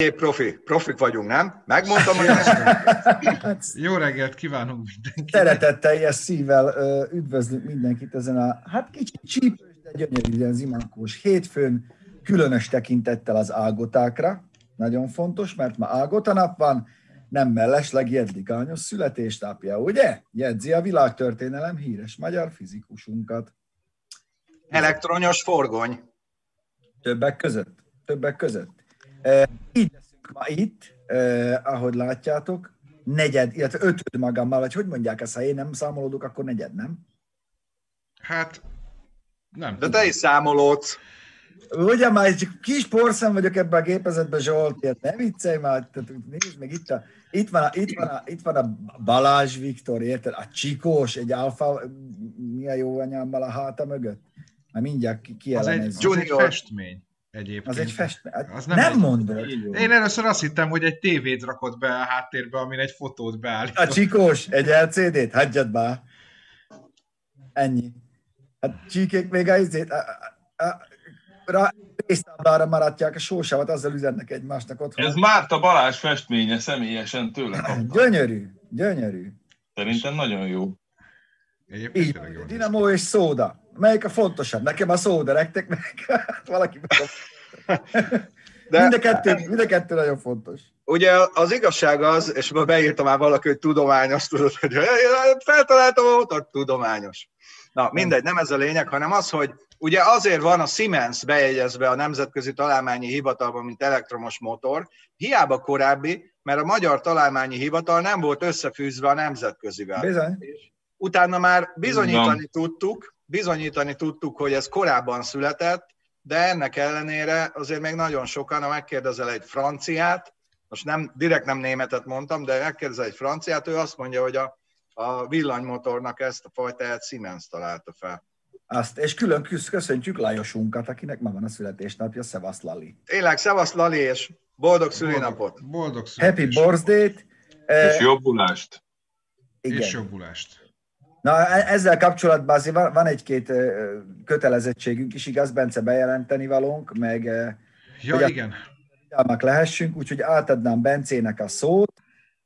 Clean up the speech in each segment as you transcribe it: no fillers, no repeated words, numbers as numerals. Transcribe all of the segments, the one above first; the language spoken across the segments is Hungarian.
Profik vagyunk, nem? Megmondtam, hogy Jó reggelt kívánunk mindenkinek. Szeretetteljes szívvel üdvözlünk mindenkit ezen a, kicsit csípős, de gyönyörűen zimankós hétfőn, különös tekintettel az ágotákra. Nagyon fontos, mert ma ágota nap van, nem mellesleg Jedlikányos születésnapja, ugye? Jegyzi a világtörténelem híres magyar fizikusunkat. Elektronyos forgony. Többek között. Így leszünk ma itt, ahogy látjátok, negyed, illetve ötöd magammal, vagy hogy mondják ezt, ha én nem számolódok, akkor negyed, nem? Hát, nem. De te is számolódsz. Ugye már csak kis porszem vagyok ebben a gépezetben, Zsolt, ne viccelj már, nézd meg, itt van a Balázs Viktor, érted? A Csikós, egy alfa, milyen jó anyámmal a háta mögött? Már mindjárt kielemezzük. Az egy festmény. Egyébként. Az egy festmény. Az nem mondod. Én először azt hittem, hogy egy tévét rakott be a háttérbe, amin egy fotót beállított. A Csikós, egy LCD-t? Hagyjad már. Ennyi. Hát csíkék még résztáblára maradják a sósavat, azzal üzennek egymásnak otthon. Ez Márta Balázs festménye, személyesen tőle kaptam. Gyönyörű. Szerintem nagyon jó. Így, Dinamo és szóda. Melyik a fontosabb? Nekem a szóda, rektek meg. Valaki mind a kettő nagyon fontos. Ugye az igazság az, és beírtam már valaki, hogy tudományos, tudod, hogy feltaláltam a motor, tudományos. Na, mindegy, nem ez a lényeg, hanem az, hogy ugye azért van a Siemens bejegyezve a Nemzetközi Találmányi Hivatalban, mint elektromos motor, hiába korábbi, mert a Magyar Találmányi Hivatal nem volt összefűzve a nemzetközivel. Bizony. Utána már bizonyítani tudtuk, hogy ez korábban született, de ennek ellenére azért még nagyon sokan, ha megkérdezel egy franciát, most direkt nem németet mondtam, de megkérdezel egy franciát, ő azt mondja, hogy a villanymotornak ezt a fajtáját Siemens találta fel. És külön köszöntjük Lajosunkat, akinek ma van a születésnapja, szevasz Lali. Tényleg, szevasz Lali, és boldog szülinapot! Boldog születésnapot! Happy birthday-t! És jobbulást! Igen. És jobbulást! Na, ezzel kapcsolatban azért van egy-két kötelezettségünk is, igaz, Bence, bejelenteni valónk, meg ja, igen. Hogy lehessünk, úgyhogy átadnám Bencének a szót.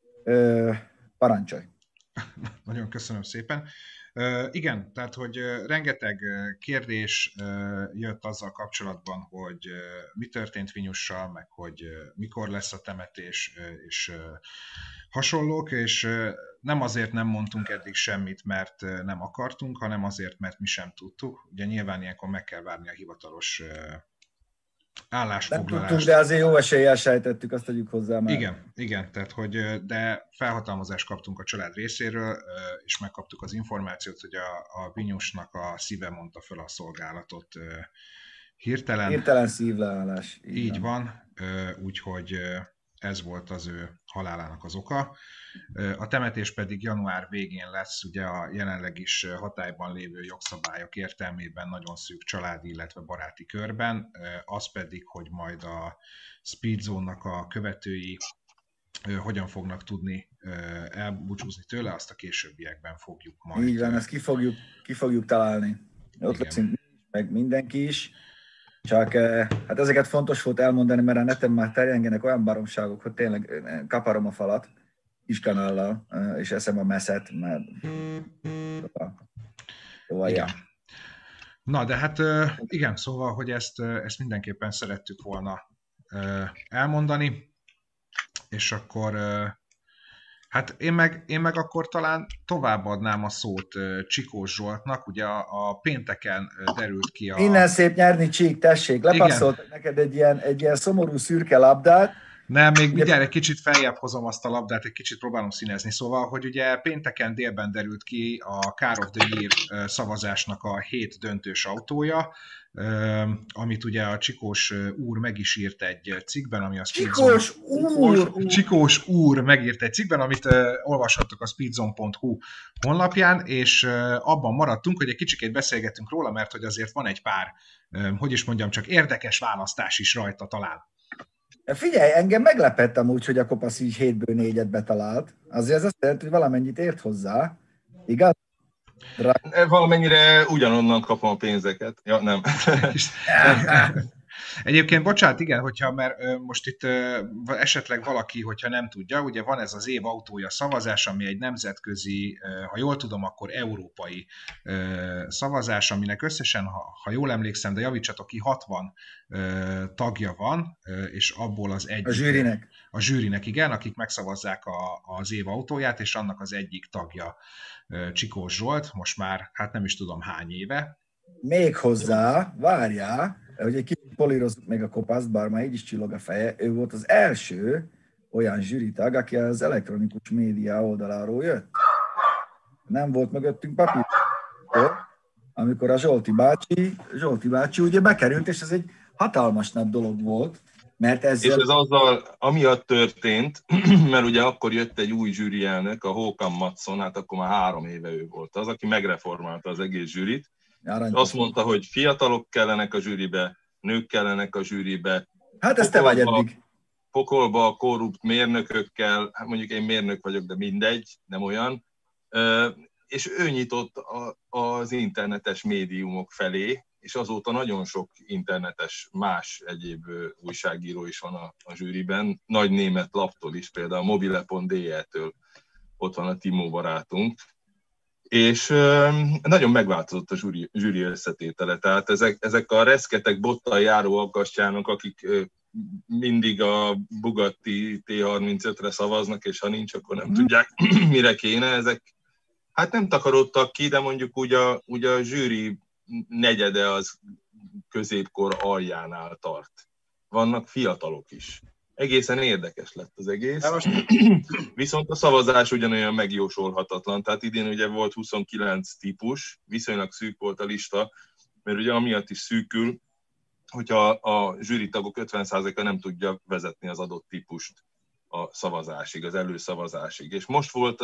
Parancsolj! Nagyon köszönöm szépen. Igen, tehát, hogy rengeteg kérdés jött azzal kapcsolatban, hogy mi történt Vinyussal, meg hogy mikor lesz a temetés, és hasonlók, és nem azért nem mondtunk eddig semmit, mert nem akartunk, hanem azért, mert mi sem tudtuk. Ugye nyilván ilyenkor meg kell várni a hivatalos állásfoglalást. Nem tudtuk, de azért jó eséllyel sejtettük, azt tegyük hozzá már. Igen, tehát hogy, de felhatalmazást kaptunk a család részéről, és megkaptuk az információt, hogy a Vinyusnak a szíve mondta fel a szolgálatot hirtelen. Hirtelen szívleállás. Így van, úgyhogy ez volt az ő halálának az oka. A temetés pedig január végén lesz, ugye a jelenleg is hatályban lévő jogszabályok értelmében nagyon szűk családi, illetve baráti körben, az pedig, hogy majd a Speedzone-nak a követői hogyan fognak tudni elbúcsúzni tőle, azt a későbbiekben fogjuk majd. Így van, ezt ki fogjuk találni. Ott leszünk meg mindenki is. Csak hát ezeket fontos volt elmondani, mert a neten már terjengenek olyan baromságok, hogy tényleg kaparom a falat kiskanállal, és eszem a messzet, mert... Szóval, igen. Ja. Na, de hát igen, szóval, hogy ezt mindenképpen szerettük volna elmondani, és akkor... Hát én meg akkor talán továbbadnám a szót Csikós Zsoltnak, ugye a pénteken derült ki a... Innen szép nyerni, Csík, tessék, lepasszoltak neked egy ilyen szomorú szürke labdát. Nem, még mindjárt egy kicsit feljebb hozom azt a labdát, egy kicsit próbálom színezni. Szóval, hogy ugye pénteken délben derült ki a Car of the Year szavazásnak a 7 döntős autója, amit ugye a Csikós úr meg is írt egy cikkben, ami a Csikós úr megírt egy cikkben, amit olvashattok a speedzone.hu honlapján, és abban maradtunk, hogy egy kicsikét beszélgetünk róla, mert hogy azért van egy pár, hogy is mondjam, csak érdekes választás is rajta talán. Figyelj, engem meglepett amúgy, hogy a Kopasz így 7-ből 4-et betalált. Azért ez azt jelenti, hogy valamennyit ért hozzá. Igaz? Valamennyire ugyanonnan kapom a pénzeket. Ja, nem. Egyébként, bocsánat, igen, hogyha, mert most itt esetleg valaki, hogyha nem tudja, ugye van ez az év autója szavazás, ami egy nemzetközi, ha jól tudom, akkor európai szavazás, aminek összesen, ha jól emlékszem, de javítsatok ki, 60 tagja van, és abból az egyik... A zsűrinek, igen, akik megszavazzák az év autóját, és annak az egyik tagja Csikós Zsolt, most már, hát nem is tudom hány éve. Még hozzá, várjál, hogy egy kicsit polírozzuk meg a kopászt, bár már így is csillog a feje, ő volt az első olyan zsűritag, aki az elektronikus média oldaláról jött. Nem volt mögöttünk papír, amikor a Zsolti bácsi ugye bekerült, és ez egy hatalmas nagy dolog volt, mert ezzel... És ez azzal, amiatt történt, mert ugye akkor jött egy új zsűri elnök, a Håkan Mattsson, hát akkor már 3 éve ő volt az, aki megreformálta az egész zsűrit. Azt mondta, hogy fiatalok kellenek a zsűribe, nők kellenek a zsűribe. Hát ez te vagy eddig. Pokolba korrupt mérnökökkel, hát mondjuk én mérnök vagyok, de mindegy, nem olyan. És ő nyitott az internetes médiumok felé, és azóta nagyon sok internetes más egyéb újságíró is van a zsűriben, nagy német laptól is, például a mobile.de-től ott van a Timó barátunk, és nagyon megváltozott a zsűri összetétele, tehát ezek a reszketek bottal járó aggastyánok, akik mindig a Bugatti T35-re szavaznak, és ha nincs, akkor nem tudják, mire kéne, ezek hát nem takarodtak ki, de mondjuk ugye a zsűri negyede az középkor aljánál tart. Vannak fiatalok is. Egészen érdekes lett az egész. Viszont a szavazás ugyanolyan megjósolhatatlan. Tehát idén ugye volt 29 típus, viszonylag szűk volt a lista, mert ugye amiatt is szűkül, hogyha a zsűritagok 50%-a nem tudja vezetni az adott típust a szavazásig, az előszavazásig. És most volt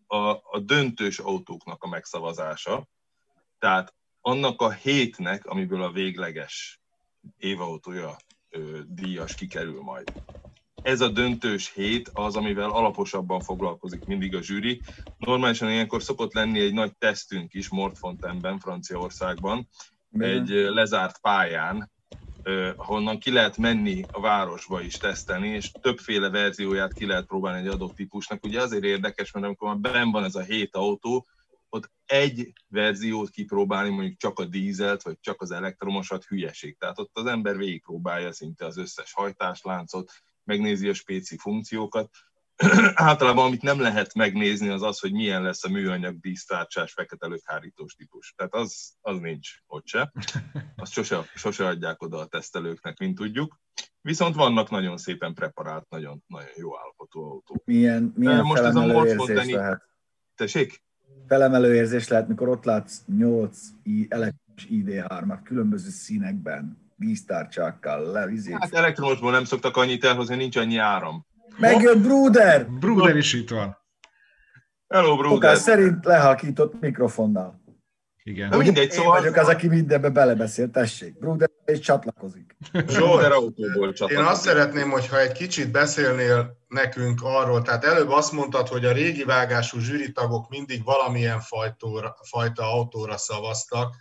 a döntős autóknak a megszavazása, tehát annak a hétnek, amiből a végleges évautója díjas kikerül majd. Ez a döntős hét az, amivel alaposabban foglalkozik mindig a zsűri. Normálisan ilyenkor szokott lenni egy nagy tesztünk is Mortfontaineben, Franciaországban, egy lezárt pályán, ahonnan ki lehet menni a városba is tesztelni, és többféle verzióját ki lehet próbálni egy adott típusnak. Ugye azért érdekes, mert amikor már benn van ez a 7 autó, ott egy verziót kipróbálni, mondjuk csak a dízelt, vagy csak az elektromosat hülyeség. Tehát ott az ember végigpróbálja szinte az összes hajtásláncot, megnézi a spéci funkciókat. Általában amit nem lehet megnézni, az az, hogy milyen lesz a műanyag dísztárcsás fekete lökhárítós típus. Tehát az nincs ott se. Azt sose adják oda a tesztelőknek, mint tudjuk. Viszont vannak nagyon szépen preparált, nagyon, nagyon jó állapotú autók. Milyen most ez a felemelő érzés lehet? Tessék? Felemelő érzés lehet, mikor ott látsz 8 elektromos ID3-at különböző színekben, víztárcsákkal, levizét. Hát elektromosból nem szoktak annyit elhozni, nincs annyi áram. Megjött Bruder! Bruder is itt van. Hello, Bruder! Okás szerint lehalkított mikrofonnal. Igen. De mindegy, Én vagyok az, aki mindenbe belebeszél, tessék. Bruder és csatlakozik. Zsolt, én azt szeretném, hogyha egy kicsit beszélnél nekünk arról, tehát előbb azt mondtad, hogy a régi vágású zsűritagok mindig valamilyen fajta autóra szavaztak.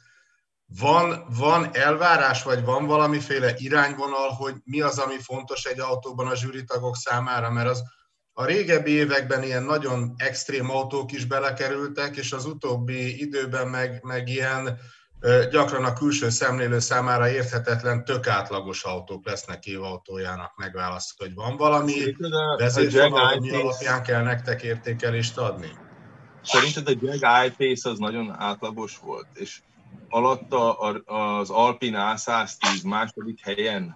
Van elvárás, vagy van valamiféle irányvonal, hogy mi az, ami fontos egy autóban a zsűritagok számára? Mert a régebbi években ilyen nagyon extrém autók is belekerültek, és az utóbbi időben meg ilyen gyakran a külső szemlélő számára érthetetlen, tök átlagos autók lesznek évautójának megválasztva, hogy van valami vezérfonal, ami alapján kell nektek értékelést adni? Szerinted a Jag I-Pace az nagyon átlagos volt, és alatta az Alpine A110 második helyen?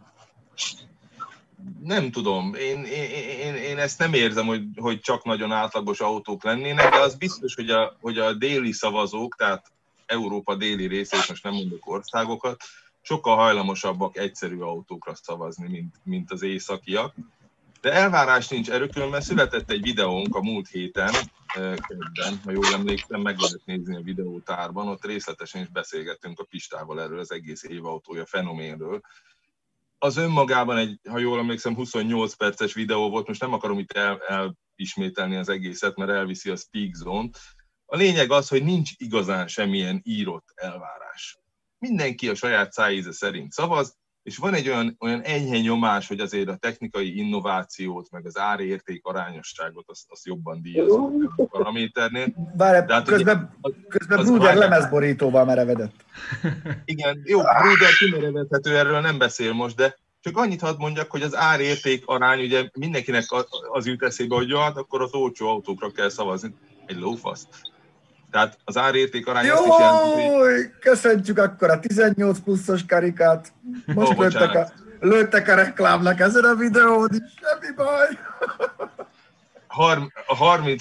Nem tudom, én ezt nem érzem, hogy csak nagyon átlagos autók lennének, de az biztos, hogy a déli szavazók, tehát Európa déli része, és most nem mondok országokat, sokkal hajlamosabbak egyszerű autókra szavazni, mint az északiak. De elvárás nincs erről, mert született egy videónk a múlt héten, kedden, ha jól emlékszem, meg lehet nézni a videótárban, ott részletesen is beszélgettünk a Pistával erről az egész évautója fenoménről. Az önmagában ha jól emlékszem, 28 perces videó volt, most nem akarom itt elismételni az egészet, mert elviszi a Speak Zone-t. A lényeg az, hogy nincs igazán semmilyen írott elvárás. Mindenki a saját szájíze szerint szavaz, és van egy olyan enyhe nyomás, hogy azért a technikai innovációt, meg az árérték arányosságot azt jobban díjazunk a paraméternél. Várj, közben Bruder lemezborítóval merevedett. Igen, jó, Bruder kimerevedhető, erről nem beszél most, de csak annyit hadd mondjak, hogy az árérték arány, ugye mindenkinek az jut eszébe, hogy hát akkor az olcsó autókra kell szavazni. Egy lófasz. Tehát az árérték arány azt is jelenti, hogy... Köszöntjük akkor a 18 pluszos karikát. Most lőttek a reklámnak ezen a videón is, semmi baj. A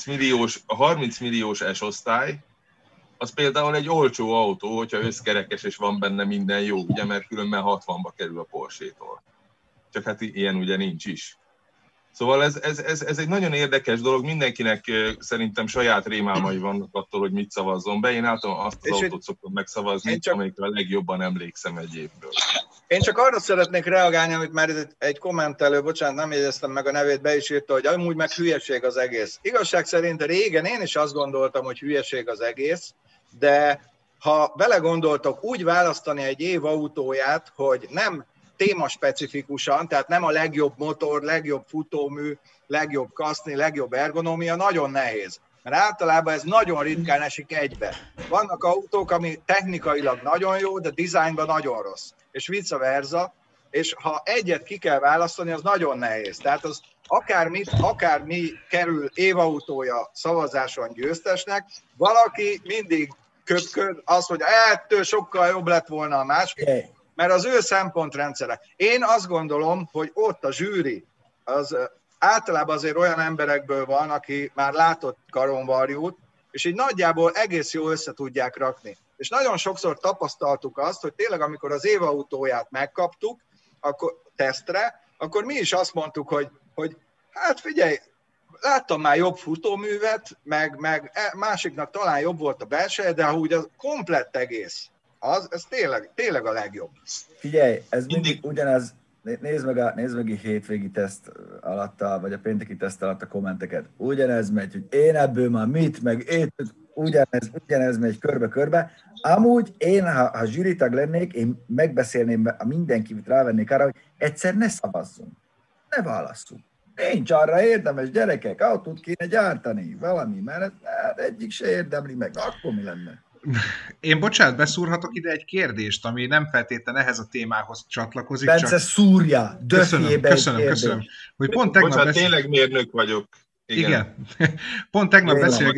30 milliós S-osztály, az például egy olcsó autó, hogyha összkerekes és van benne minden jó, ugye, mert különben 60-ba kerül a Porsche-tól. Csak hát ilyen ugye nincs is. Szóval ez egy nagyon érdekes dolog, mindenkinek szerintem saját rémálmai vannak attól, hogy mit szavazzon be. Én általában azt az autót szoktam megszavazni, amelyikre a legjobban emlékszem egy évből. Én csak arra szeretnék reagálni, amit már egy kommentelő, bocsánat, nem jegyeztem meg a nevét, be is írta, hogy amúgy meg hülyeség az egész. Igazság szerint régen én is azt gondoltam, hogy hülyeség az egész, de ha belegondoltok, úgy választani egy év autóját, hogy nem témaspecifikusan, tehát nem a legjobb motor, legjobb futómű, legjobb kaszni, legjobb ergonómia, nagyon nehéz. Mert általában ez nagyon ritkán esik egybe. Vannak autók, ami technikailag nagyon jó, de dizájnban nagyon rossz. És vice versa, és ha egyet ki kell választani, az nagyon nehéz. Tehát az akármi kerül évautója szavazáson győztesnek, valaki mindig köpköd, azt, hogy ettől sokkal jobb lett volna a másik, mert az ő szempontrendszere. Én azt gondolom, hogy ott a zsűri, az általában azért olyan emberekből van, aki már látott karonvarjút, és így nagyjából egész jól össze tudják rakni. És nagyon sokszor tapasztaltuk azt, hogy tényleg amikor az évautóját megkaptuk, akkor tesztre, akkor mi is azt mondtuk, hogy hát figyelj, láttam már jobb futóművet, meg másiknak talán jobb volt a belseje, de úgy a komplett egész, ez tényleg a legjobb. Figyelj, ez mindig ugyanaz, nézd meg a hétvégi teszt alatt, vagy a pénteki teszt alatt a kommenteket. Ugyanez megy, hogy én ebből már mit, meg én, ugyanez megy körbe-körbe. Amúgy én, ha zsűritag lennék, én megbeszélném, mindenkit rávennék arra, hogy egyszer ne szavazzunk, ne válasszunk. Nincs arra érdemes, gyerekek, autót kéne gyártani, valami, mert egyik se érdemli meg, akkor mi lenne? Én bocsánat, beszúrhatok ide egy kérdést, ami nem feltétlenül ehhez a témához csatlakozik. Bence, csak... szúrja, döfjébe Köszönöm. Hogy pont tegnap bocsánat, tényleg mérnök vagyok. Igen. Pont tegnap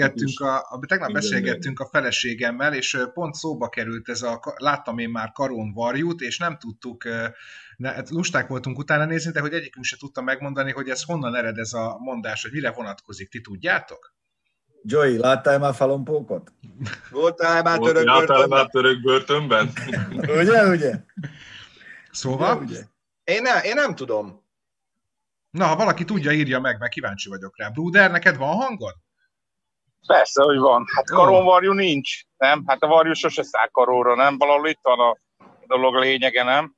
beszélgettünk a feleségemmel, és pont szóba került ez láttam én már Karon varjút, és nem tudtuk, lusták voltunk utána nézni, de hogy egyikünk se tudta megmondani, hogy ez honnan ered ez a mondás, hogy mire vonatkozik. Ti tudjátok? Joey, láttál már falompókot? Voltál már török börtönben? Ugye? Szóval? Ugye? Én nem tudom. Na, ha valaki tudja, írja meg, mert kíváncsi vagyok rá. Bruder, neked van hangod? Persze, hogy van. Hát karonvarjú nincs, nem? Hát a varjú sose száll karóra, nem? Valahol itt van a dolog lényege, nem?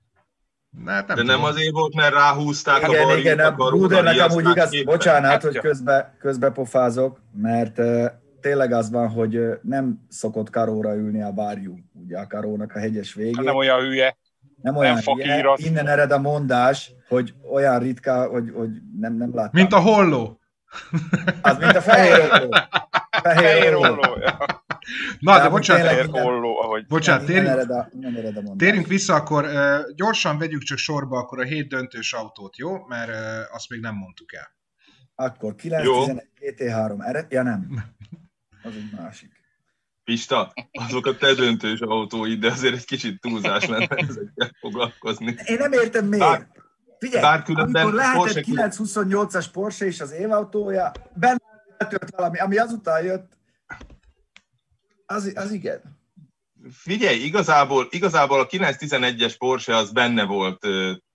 De nem azért volt, mert ráhúzták a varjút. Igen, a Brudernek amúgy igaz, bocsánat, hogy közbe pofázok, mert tényleg az van, hogy nem szokott karóra ülni a varjú, ugye a karónak a hegyes végén. Nem olyan hülye. Nem olyan hülye. Innen ered a mondás, hogy olyan ritka, hogy nem láttam. Mint a holló. Az mint a fehér holló. Fehér holló. Na, de bocsánat, térjünk vissza, akkor gyorsan vegyük csak sorba akkor a 7 döntős autót, jó? Mert azt még nem mondtuk el. Akkor 9-11 GT3, ja nem, az egy másik. Pista, azok a te döntős autóid, de azért egy kicsit túlzás lenne ezekkel foglalkozni. Én nem értem miért. Figyelj, amikor lehetett 928-as Porsche és az évautója, benne tört valami, ami azután jött, az igen. Figyelj, igazából a 911-es Porsche az benne volt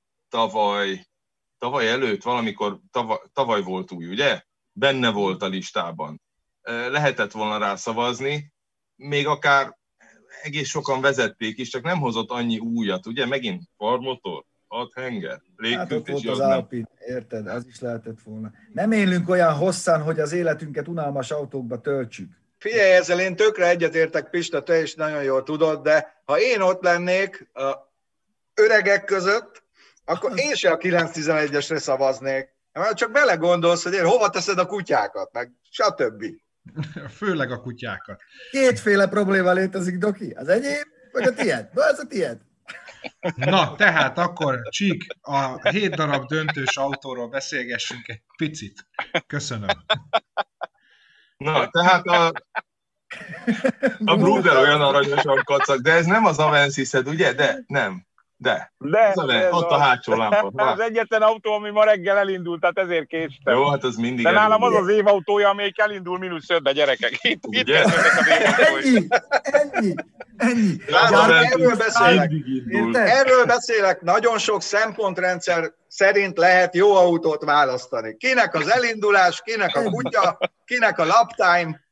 tavaly előtt, valamikor tavaly volt új, ugye? Benne volt a listában. Lehetett volna rá szavazni, még akár egész sokan vezették is, csak nem hozott annyi újat, ugye? Megint farmotor, 6 henger, légkültés. Hát ott volt az Alpine, érted? Az is lehetett volna. Nem élünk olyan hosszan, hogy az életünket unalmas autókba töltsük. Figyelj, ezzel én tökre egyetértek, Pista, te is nagyon jól tudod, de ha én ott lennék, öregek között, akkor én se a 911-esre szavaznék. Mert csak belegondolsz, hogy hova teszed a kutyákat, meg stb. Főleg a kutyákat. Kétféle probléma létezik, Doki. Az enyém, vagy a tiéd? Na, ez a tiéd. Na, tehát akkor Csík, a 7 darab döntős autóról beszélgessünk egy picit. Köszönöm. Na, tehát a Bruder olyan aranyosan kacag, de ez nem az Avensis-ed, ugye? De nem. De. Ott a hátsó lámpa. Az egyetlen autó, ami ma reggel elindult, tehát ezért késtem. Jó, hát az mindig. De nálam az évautója, amelyik elindul -5-be, gyerekek. Itt kezdődnek az évautói. Ennyi. Erről beszélek. Nagyon sok szempontrendszer szerint lehet jó autót választani. Kinek az elindulás, kinek a kutya, kinek a laptime.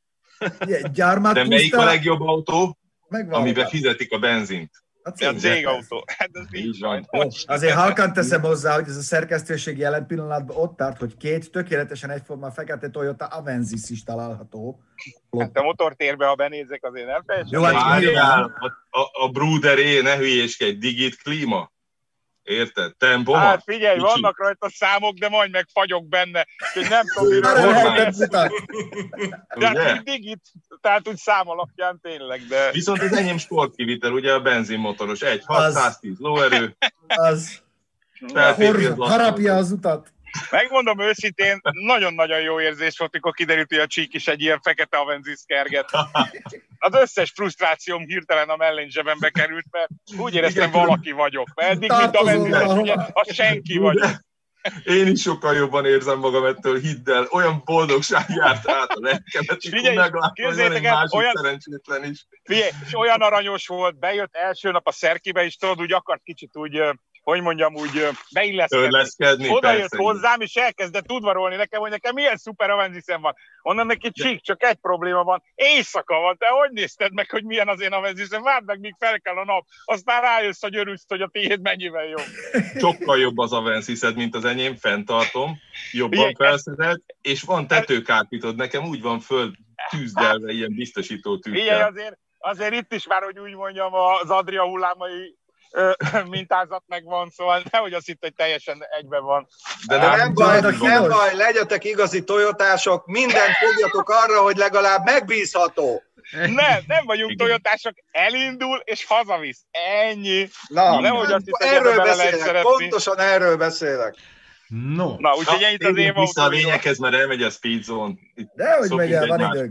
De melyik a legjobb autó? Amiben fizetik a benzint. A cégautó. Hát ez így van. Azért halkan teszem hozzá, hogy ez a szerkesztőség jelen pillanatban ott tart, hogy 2 tökéletesen egyforma fekete Toyota Avensis is található. Hát a motortérbe, ha benézek, azért nem Jó, hát a Bruderé, ne hülyéskedj, Digit klíma. Érted? Tempoma? Hát figyelj, vannak rajta számok, de majd meg fagyok benne. Úgyhogy nem tudom, miről de Digit, tehát úgy szám alapján tényleg, de... Viszont az enyém sportkivitel, ugye a benzinmotoros, 1.6-110 lóerő. Az harapja az utat. Megmondom őszintén, nagyon-nagyon jó érzés volt, mikor kiderült, hogy a Csík is egy ilyen fekete Avensis kerget. Az összes frusztrációm hirtelen a mellényzsebembe került, mert úgy éreztem, valaki vagyok. Mert eddig, mint Avensis, ugye, az senki vagyok. Én is sokkal jobban érzem magam ettől, hidd el. Olyan boldogság járt át a lelkemet, és megláttam, hogy van egy másik szerencsétlen is. Figyelj, és olyan aranyos volt, bejött első nap a Szerkibe, és tudod, úgy akart kicsit úgy... hogy mondjam, úgy beilleszkedni. Oda jött hozzám, és elkezdett udvarolni nekem, hogy nekem milyen szuper Avensisem van. Onnan neki Csík, csak egy probléma van. Éjszaka van, te hogy nézted meg, hogy milyen az én Avensisem? Várd meg, míg fel kell a nap. Aztán rájössz, hogy örülsz, hogy a tiéd mennyivel jobb. Sokkal jobb az Avensised, mint az enyém, fenntartom. Jobban felszedett, és van tetőkárpitod, nekem úgy van föl tűzdelve, ilyen biztosító tűzzel. Figyelj, azért itt is már, hogy úgy mondjam, az Adria hullámai mintázat megvan, szóval nehogy azt itt, hogy teljesen egyben van. De nem baj, legyetek igazi toyotások, mindent fogjatok arra, hogy legalább megbízható. Nem vagyunk toyotások, elindul és hazavisz. Ennyi. Na, nehogy azt itt, erről beszélek, pontosan erről beszélek. No. Na, úgyhogy ennyit az év vissza a lényekhez, mert elmegy a speed zone. Dehogy megy el, van időnk.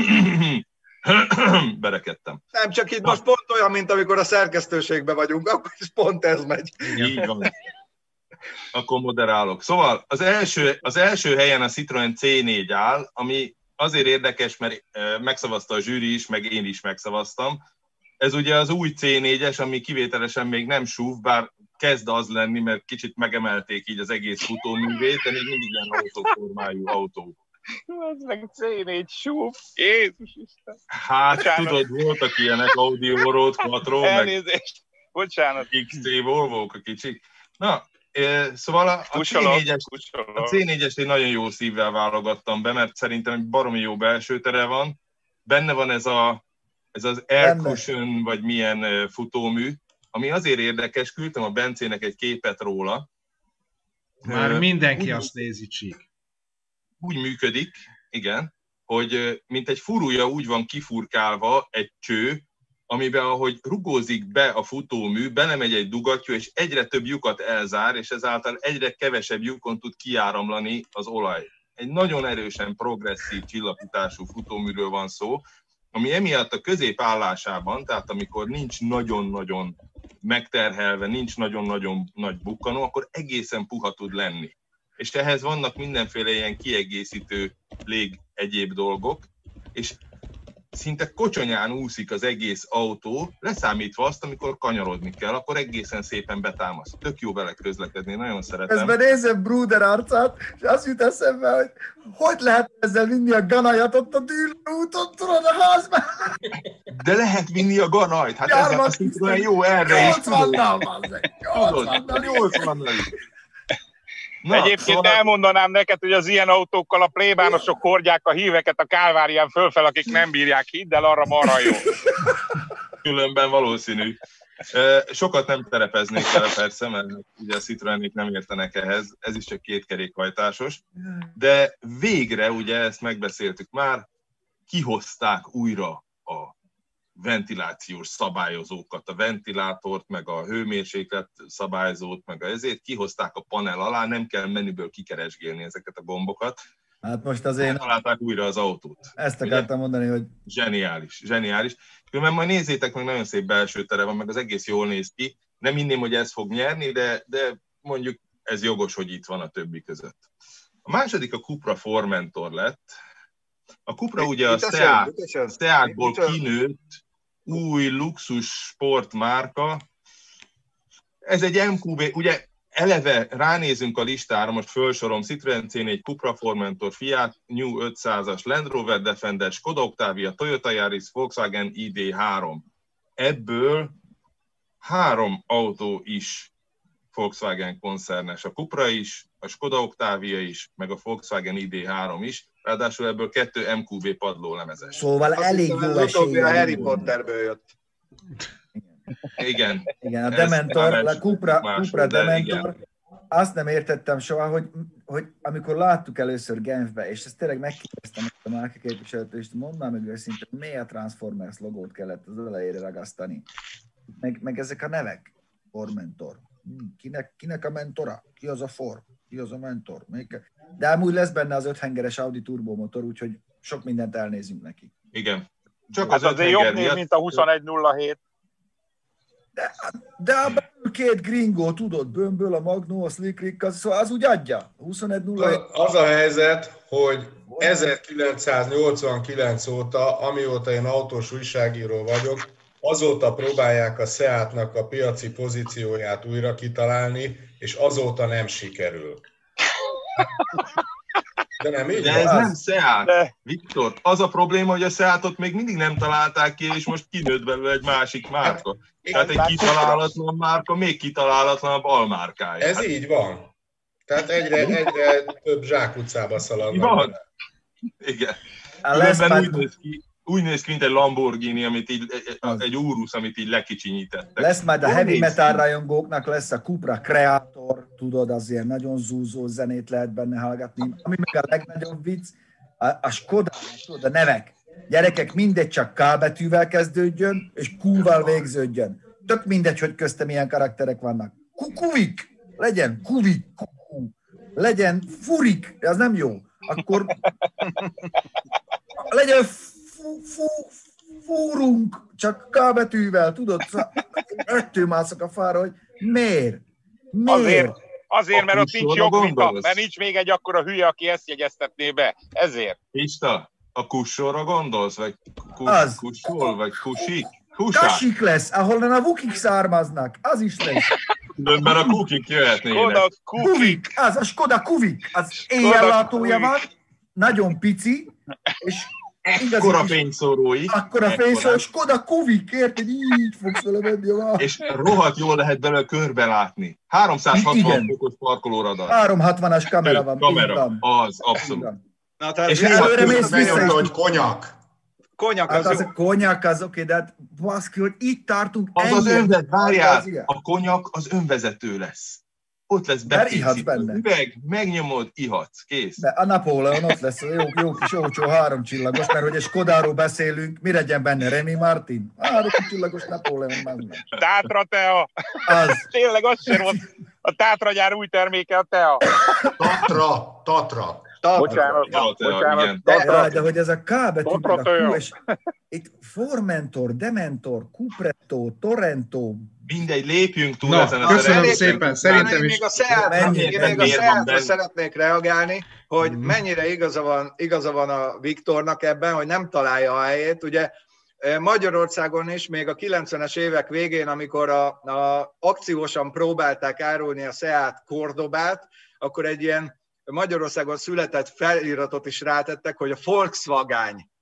Berekedtem. Nem, csak itt most pont olyan, mint amikor a szerkesztőségben vagyunk, akkor is pont ez megy. Így van. Akkor moderálok. Szóval az első helyen a Citroen C4 áll, ami azért érdekes, mert megszavazta a zsűri is, meg én is megszavaztam. Ez ugye az új C4-es, ami kivételesen még nem SUV, bár kezd az lenni, mert kicsit megemelték így az egész futóművét, de még mindig ilyen autóformájú autó. Ez meg C4 SUV, Jézus Isten. Hát bocsánat. Tudod, voltak ilyenek, Audi Allroad, Quattro, elnézést, bocsánat. XT Volvo-k a kicsik. Na, szóval a C4-est én nagyon jó szívvel válogattam be, mert szerintem egy baromi jó belső tere van. Benne van ez az Air Cushion, vagy milyen futómű, ami azért érdekes, küldtem a Bencének egy képet róla. Már mindenki azt nézi, Csík. Úgy működik, igen, hogy mint egy furúja úgy van kifurkálva egy cső, amiben ahogy rugózik be a futómű, belemegy egy dugattyú, és egyre több lyukat elzár, és ezáltal egyre kevesebb lyukon tud kiáramlani az olaj. Egy nagyon erősen progresszív csillapítású futóműről van szó, ami emiatt a középállásában, tehát amikor nincs nagyon-nagyon megterhelve, nincs nagyon-nagyon nagy bukkanó, akkor egészen puha tud lenni. És ehhez vannak mindenféle ilyen kiegészítő egyéb dolgok, és szinte kocsonyán úszik az egész autó, leszámítva azt, amikor kanyarodni kell, akkor egészen szépen betámaszt. Tök jó vele közlekedni, nagyon szeretem. Közben nézem Bruder arcát, és azt jut eszembe, hogy lehet ezzel vinni a ganajat ott a Dűlő úton, tudod, a házban? De lehet vinni a ganajt, hát ezzel azt így olyan jó erre is. 80-nal is. Na, egyébként szóval... elmondanám neked, hogy az ilyen autókkal a plébánosok hordják a híveket a Kálvárián fölfel, akik nem bírják, hidd el, arra marha jó. Különben valószínű. Sokat nem terepeznék vele persze, mert ugye a Citroenék nem értenek ehhez, ez is csak kétkerékhajtásos, de végre, ugye ezt megbeszéltük már, kihozták újra a ventilációs szabályozókat, a ventilátort, meg a hőmérséklet szabályzót, meg ezért kihozták a panel alá, nem kell menüből kikeresgélni ezeket a gombokat. Hát most azért... Találták újra az autót. Ezt akartam mondani, hogy... Zseniális. Különben majd nézzétek meg, nagyon szép belső tere van, meg az egész jól néz ki. Nem hinném, hogy ez fog nyerni, de mondjuk ez jogos, hogy itt van a többi között. A második a Cupra Formentor lett. A Cupra ugye a Seatból kinőtt új luxus sportmárka. Ez egy MQB, ugye eleve ránézünk a listára, most felsorom, Citroen C4, Cupra Formentor, Fiat New 500-as, Land Rover Defender, Skoda Octavia, Toyota Yaris, Volkswagen ID3. Ebből 3 autó is Volkswagen koncernes, a Cupra is, a Skoda Octavia is, meg a Volkswagen ID3 is, ráadásul ebből 2 MQB padlólemezes. Szóval elég jó esélye. A Harry Potterből jött. Igen. Igen, a Dementor, a Cupra Dementor, igen. Azt nem értettem soha, hogy amikor láttuk először Genfbe, és ezt tényleg megkérdeztem a márka képviselőtől, és mondd már meg őszintén, miért a Transformers logót kellett az elejére ragasztani. Meg ezek a nevek. Formentor. Kinek a mentora? Ki az a For? Ki az a mentor? De amúgy lesz benne az 5 hengeres Audi turbomotor, úgyhogy sok mindent elnézünk neki. Igen. Csak az azért jobb név, mint a 2107. De a két gringo, tudod, Bömböl, a Magnó, a Slick Rick, az úgy adja. 21.07. Az a helyzet, hogy 1989 óta, amióta én autós újságíró vagyok, azóta próbálják a Seatnak a piaci pozícióját újra kitalálni, és azóta nem sikerül. De nem így? De ez nem Seat, Viktor. Az a probléma, hogy a Seatot még mindig nem találták ki, és most kinőtt belőle egy másik márka. Tehát egy kitalálatlan márka, még kitalálatlanabb almárkája. Ez így van. Tehát egyre több zsákutcába szaladnak. Igen. Úgy néz ki, mint egy Lamborghini, amit így, egy Urus, amit így lekicsinyítettek. Lesz majd a heavy metal rajongóknak, lesz a Cupra Creator, tudod, azért nagyon zúzó zenét lehet benne hallgatni. Ami meg a legnagyobb vicc, a Skoda, tudod, a nevek. Gyerekek, mindegy, csak K betűvel kezdődjön, és Q-val végződjön. Tök mindegy, hogy köztem ilyen karakterek vannak. Kukuvik, legyen Kuvik, legyen Furik, az nem jó. Akkor legyen fúrunk, csak K betűvel, tudod, mászok a fára, hogy miért? Azért, mert ott nincs jogvita, mert nincs még egy akkora hülye, aki ezt jegyeztetné be. Ezért. Pista, a kussorra gondolsz? Vagy kussol, vagy kusik? Kasik lesz, ahol a vukik származnak, az is lesz. De mert a kukik jöhetnének. Kuvik, az a Skoda Kuvik, az éjjellátója van, nagyon pici, és akkora fényszórói. Akkora fényszóró, Skoda Kuvik, érted, így fogsz vele menni a és rohadt jól lehet belőle körbe látni. 360 fokos parkolóradar. 360-as kamera van. Az, abszolút. Na, tehát és előre mész vissza, hogy konyak. Konyak az oké, de hát baszki, hogy itt tartunk. Az önvezető, várjál, a konyak az önvezető lesz. Ott lesz benne. Üveg, megnyomod, ihatsz, kész. De a Napóleon ott lesz, jó kis olcsó 3 csillagos, mert hogy a Skodáról beszélünk, mi legyen benne, Remy Martin? 3 csillagos Napóleon. Tátra Tea. Az. Tényleg az sem volt. A Tátra gyár új terméke a Tea. Tatra. Bocsánat. De hogy ez a K betű, a Q, és itt Formentor, Dementor, Cupretto, Torrento. Mindegy, lépjünk túl ezen a köszönöm szépen, szerintem is. Még a Seatra szeretnék reagálni, hogy mennyire igaza van a Viktornak ebben, hogy nem találja a helyét. Ugye Magyarországon is még a 90-es évek végén, amikor a akciósan próbálták árulni a Seat Cordobát, akkor egy ilyen Magyarországon született feliratot is rátettek, hogy a Volkswagen.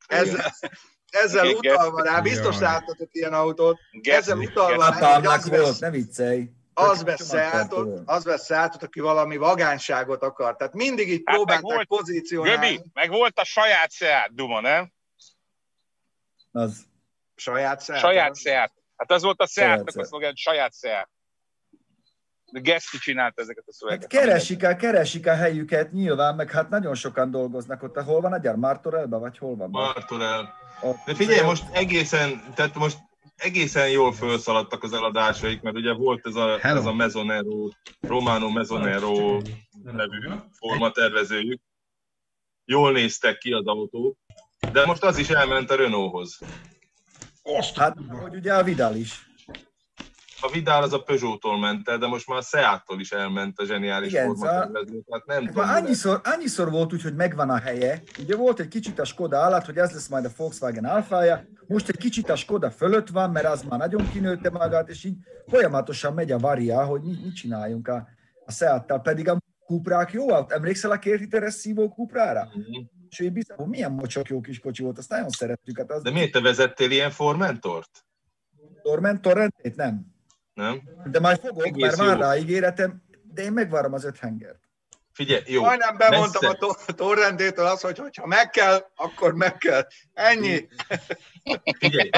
Ezzel utalva rá, biztos láttatok ilyen autót, ezzel utalva rá, hogy ne viccelj. Az vesz Seatot, aki valami vagánságot akar. Tehát mindig így próbálták pozícionálni. Göbi, meg volt a saját Seat Duma, nem? Az. Saját Seat? Saját Seat. Hát az volt a Seatnak a szlogen, saját Seat. Geszti csinálta ezeket a szövegeket. Hát keresik a helyüket nyilván, meg hát nagyon sokan dolgoznak ott. Hol van a gyár? Martorellben, vagy hol van? Martorell. De figyelj, most egészen jól felszaladtak az eladásaik, mert ugye volt ez a Mesonero, Romano Mesonero nevű formatervezőjük. Jól néztek ki az autók, de most az is elment a Renaulthoz. Hát, hogy ugye a Vidal is. A Vidal az a Peugeot-tól ment el, de most már a Seat-tól is elment a zseniális formatervező. Tehát nem tudom. Annyiszor volt úgy, hogy megvan a helye. Ugye volt egy kicsit a Skoda alatt, hogy ez lesz majd a Volkswagen Alfája. Most egy kicsit a Skoda fölött van, mert az már nagyon kinőtte magát, és így folyamatosan megy a varia, hogy mit csináljunk a Seat-tal. Pedig a Cuprák jó volt. Emlékszel a 2 literes szívó Cuprára? És ő biztos, milyen mocsok jó kis kocsi volt, azt nagyon szerettük. Hát az... De miért te vezettél ilyen Formentort? Torrentét nem. Nem? De majd fogok, mert már rá ígéretem, de én megvárom az 5 hengert. Figyelj, jó. Majdnem bemondtam a Torrentétől azt, hogy ha meg kell, akkor meg kell. Ennyi. Figyelj,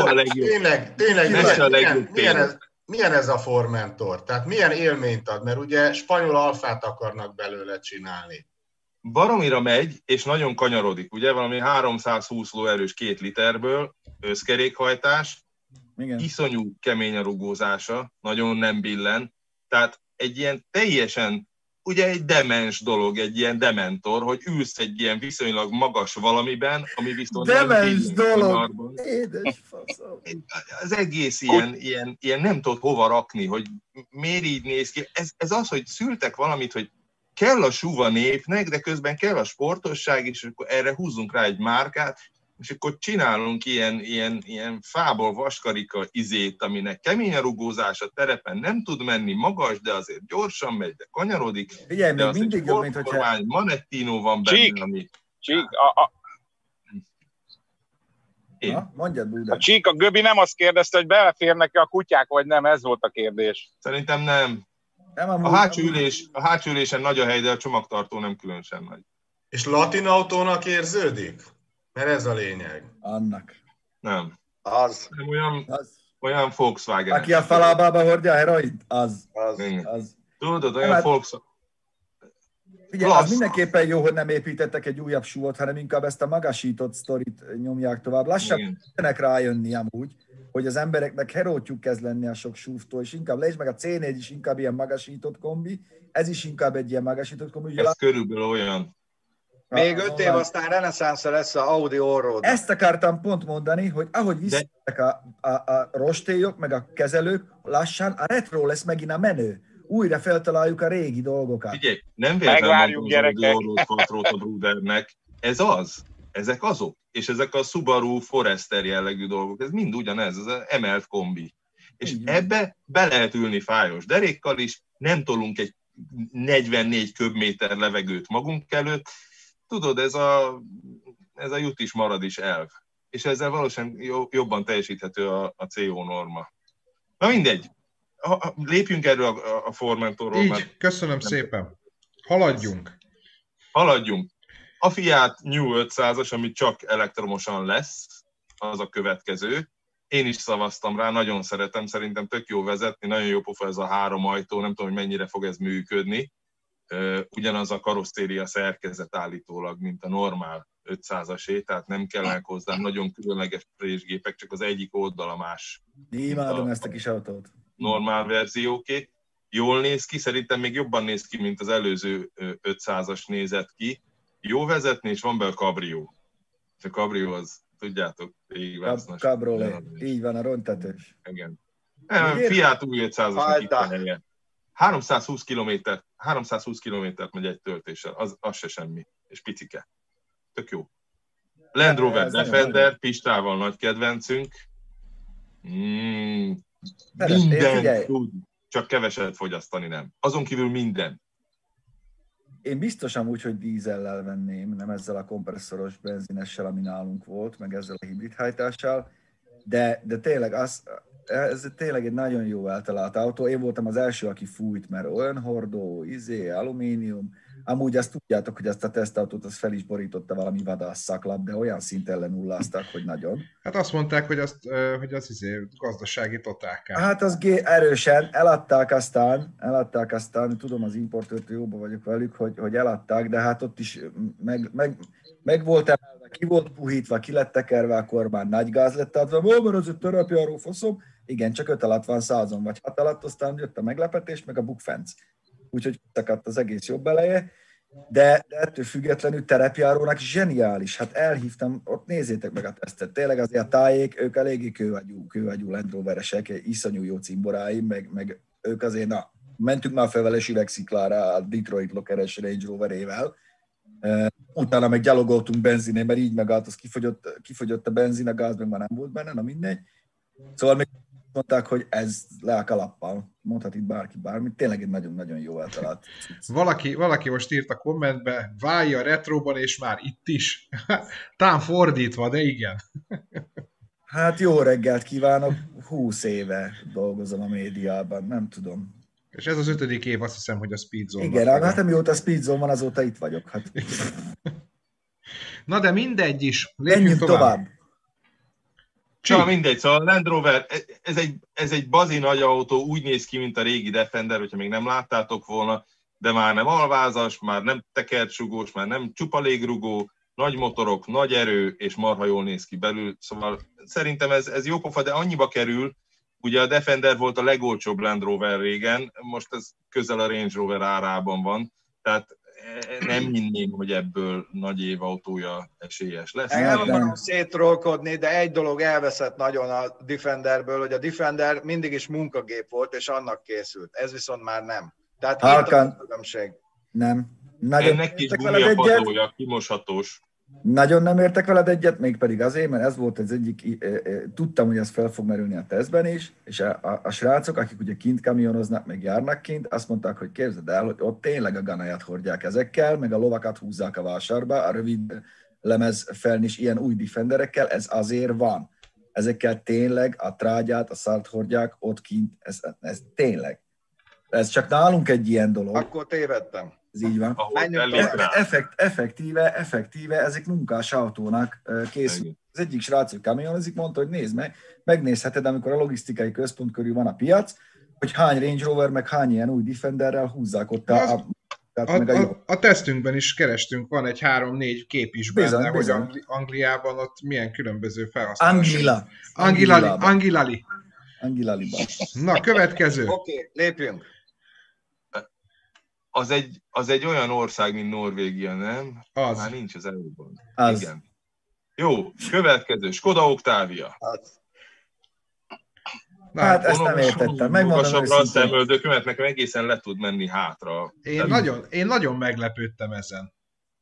tényleg milyen ez a Formentor? Tehát milyen élményt ad? Mert ugye spanyol alfát akarnak belőle csinálni. Baromira megy, és nagyon kanyarodik. Ugye valami 320 lóerős 2 literből, összkerékhajtás, igen. Iszonyú kemény a rugózása, nagyon nem billen. Tehát egy ilyen teljesen, ugye egy demens dolog, egy ilyen dementor, hogy ülsz egy ilyen viszonylag magas valamiben, ami viszont demens dolog! Édes faszom! Az egész ilyen nem tudod hova rakni, hogy miért így néz ki. Ez az, hogy szültek valamit, hogy kell a súva népnek, de közben kell a sportosság, és akkor erre húzzunk rá egy márkát, és akkor csinálunk ilyen fából vaskarika izét, aminek kemény a rugózás, a terepen nem tud menni, magas, de azért gyorsan megy, de kanyarodik. Figyelj, de még mindig jobb, mint hogyha... Manettino van benne, ami... Mondjad, Buda. A Csík, a Göbi nem azt kérdezte, hogy beleférnek-e a kutyák, vagy nem, ez volt a kérdés. Szerintem nem. A hátsó ülésen nagy a hely, de a csomagtartó nem különösen nagy. És latin autónak érződik? Mert ez a lényeg. Annak. Nem. Az. Nem olyan Volkswagen. Aki a falábába hordja a heroint? Az. Tudod, olyan Volkswagen. Ugye, az mindenképpen jó, hogy nem építettek egy újabb súlyot, hanem inkább ezt a magasított sztorit nyomják tovább. Lassan tudnak rájönni amúgy, hogy az embereknek herótjuk kezd lenni a sok súvtól, és inkább meg a C4 is inkább ilyen magasított kombi, ez is inkább egy ilyen magasított kombi. Ez körülbelül olyan. Még 5 év aztán reneszánsa lesz a Audi Allroad. Ezt akartam pont mondani, hogy ahogy visszatek a rostélyok, meg a kezelők, lassan a retro lesz megint a menő. Újra feltaláljuk a régi dolgokat. Figyelj, nem véletlenül mondom az Allroad Quattrót a Brudernek. Ez az. Ezek azok. És ezek a Subaru Forester jellegű dolgok. Ez mind ugyanez, ez az emelt kombi. És ebbe be lehet ülni fájos derékkal is, nem tolunk egy 44 köbméter levegőt magunk előtt. Tudod, ez a jut is marad is elv. És ezzel valószínűleg jobban teljesíthető a CO norma. Na mindegy. Lépjünk erről a Formentorról. Így, köszönöm szépen. Haladjunk. A Fiat New 500-as, ami csak elektromosan lesz, az a következő. Én is szavaztam rá, nagyon szeretem, szerintem tök jó vezetni, nagyon jó pofa ez a 3 ajtó, nem tudom, hogy mennyire fog ez működni. Ugyanaz a karosszéria szerkezet állítólag, mint a normál 500-asé, tehát nem kellene hozzá nagyon különleges présgépek, csak az egyik oldala más. Imádom ezt a kis autót. Normál verzióké. Jól néz ki, szerintem még jobban néz ki, mint az előző 500-as nézett ki. Jó vezetni, és van be a kabrió. És a kabrió az, tudjátok, végigvásznos. Cabriolet, így van, a rontatős. Igen. Fiat új 500-asnak itt a helye. 320 kilométert megy egy töltéssel, az se semmi, és picike. Tök jó. Land Rover Defender, Pistával nagy kedvencünk. Minden tud, csak keveset fogyasztani nem. Azon kívül minden. Én biztosan úgy, hogy dízellel venném, nem ezzel a kompresszoros benzinessel, ami nálunk volt, meg ezzel a hibridhajtással, de tényleg ez tényleg egy nagyon jó eltalált autó. Én voltam az első, aki fújt, mert olyan hordó, alumínium, Amúgy azt tudjátok, hogy ezt a tesztautót az fel is borította valami vadász szaklap, de olyan szinten lenullázták, hogy nagyon. Hát azt mondták, hogy az gazdasági totálkár. Hát az erősen eladták aztán, tudom, az importőrtől jóban vagyok velük, hogy eladták, de hát ott is meg volt emelve, ki volt puhítva, ki lett tekerve, akkor már nagy gáz lett adva, mert az egy terepjáró faszom. Igen, csak 5 alatt van 100-on, vagy 6 alatt, aztán jött a meglepetés, meg a bukfenc. Úgyhogy szakadt az egész jobb eleje, de ettől függetlenül terepjárónak zseniális. Hát elhívtam, ott nézzétek meg a tesztet. Tényleg azért a tájék, ők eléggé kőagyú Land Roveresek, iszonyú jó cimboráim, meg ők azért, mentünk már fel vele üvegsziklára a Detroit Lockeres Range Roverével. Utána meg gyalogoltunk benziné, mert így megállt, az kifogyott a benzin, a gáz meg már nem volt benne, na mindegy. Szóval még mondták, hogy ez le a kalappal. Mondhat itt bárki bármit. Tényleg egy nagyon-nagyon jó eltalált. Valaki most írt a kommentbe, válj a retroban, és már itt is. Tám fordítva, de igen. Hát jó reggelt kívánok. 20 éve dolgozom a médiában, nem tudom. És ez az 5. év, azt hiszem, hogy a Speedzone. Igen, hát amióta a Speedzone van, azóta itt vagyok. Hát. Na de mindegy is. Menjünk tovább. Csak mindegy, szóval a Land Rover, ez egy bazi nagy autó, úgy néz ki, mint a régi Defender, hogyha még nem láttátok volna, de már nem alvázas, már nem tekercsugós, már nem csupa légrugó, nagy motorok, nagy erő, és marha jól néz ki belül. Szóval szerintem ez jó pofa, de annyiba kerül, ugye a Defender volt a legolcsóbb Land Rover régen, most ez közel a Range Rover árában van, tehát nem hinném, hogy ebből nagy évautója esélyes lesz. Nem akarom szétrolkodni, de egy dolog elveszett nagyon a Defenderből, hogy a Defender mindig is munkagép volt, és annak készült. Ez viszont már nem. Tehát itt a különbség. Nem. Ennek kis gumiapadója, kimoshatós. Nagyon nem értek veled egyet, mégpedig azért, mert ez volt az egyik, tudtam, hogy ez fel fog merülni a tesztben is, és a srácok, akik ugye kint kamionoznak, meg járnak kint, azt mondták, hogy képzeld el, hogy ott tényleg a ganaját hordják ezekkel, meg a lovakat húzzák a vásárba, a rövid lemez feln is ilyen új Defenderekkel, ez azért van. Ezekkel tényleg a trágyát, a szart hordják ott kint, ez tényleg. Ez csak nálunk egy ilyen dolog. Akkor tévedtem. Ez így van. Effektíve ezek munkás autónak készül. Az egyik srác, hogy kamionozik, mondta, hogy nézd megnézheted, amikor a logisztikai központ körül van a piac, hogy hány Range Rover, meg hány ilyen új Defenderrel húzzák ott a tesztünkben is kerestünk, van egy 3-4 kép is benne, hogy Angliában ott milyen különböző felhasználások. Angilaliban. Na, következő. Oké, lépjünk. Az egy olyan ország, mint Norvégia, nem? Az. Már nincs az EU-ban. Az. Igen. Jó, következő. Skoda Octavia. Hát ezt nem értettem. Magasabbra a szemöldökömet, nekem egészen le tud menni hátra. Én nagyon meglepődtem ezen.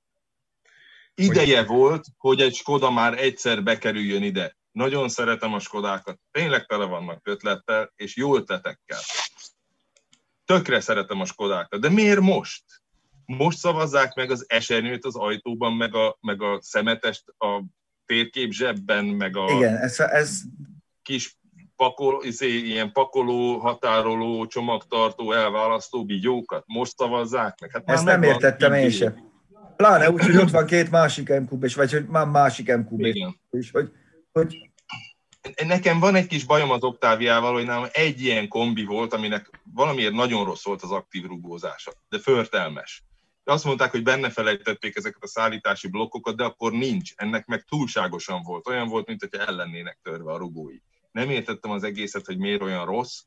Ideje volt, hogy egy Skoda már egyszer bekerüljön ide. Nagyon szeretem a Skodákat. Tényleg tele vannak ötlettel, és jó ötletekkel. Tökre szeretem a Skodákat. De miért most? Most szavazzák meg az esernyőt az ajtóban, meg a szemetest a térkép zsebben, meg a igen, ez kis ilyen pakoló, határoló, csomagtartó, elválasztó bigyókat. Most szavazzák meg. Hát ezt nem értettem én sem. Pláne úgy, hogy ott van 2 másik MQB-s, vagy hogy már másik MQB-s. Hogy nekem van egy kis bajom az Octaviával, hogy nálam egy ilyen kombi volt, aminek valamiért nagyon rossz volt az aktív rugózása, de förtelmes. De azt mondták, hogy benne felejtették ezeket a szállítási blokkokat, de akkor nincs. Ennek meg túlságosan volt. Olyan volt, mint hogyha ellennének törve a rugói. Nem értettem az egészet, hogy miért olyan rossz,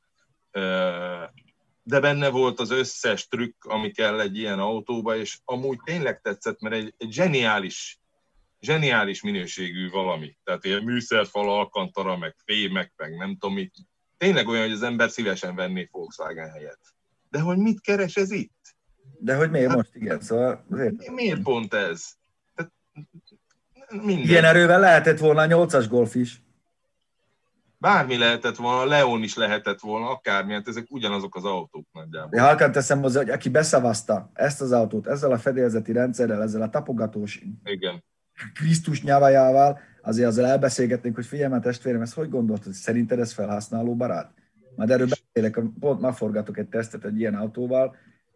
de benne volt az összes trükk, ami kell egy ilyen autóba, és amúgy tényleg tetszett, mert egy zseniális minőségű valami. Tehát ilyen műszerfal, alkantara, meg fémek, meg nem tudom mit. Tényleg olyan, hogy az ember szívesen venné Volkswagen helyett. De hogy mit keres ez itt? De hogy miért most, igen, szóval... Miért pont ez? Tehát, ilyen erővel lehetett volna a 8-as Golf is. Bármi lehetett volna, Leon is lehetett volna, akármi, hát ezek ugyanazok az autók nagyjából. De halkan teszem hozzá, hogy aki beszavazta ezt az autót, ezzel a fedélzeti rendszerrel, ezzel a tapogatós igen. Krisztus nyavajával, azért azzal elbeszélgetnénk, hogy figyelj már testvérem, ezt hogy gondoltad, szerinted ez felhasználó barát? Majd erről beszélek, pont ma forgatok egy tesztet egy ilyen autóval,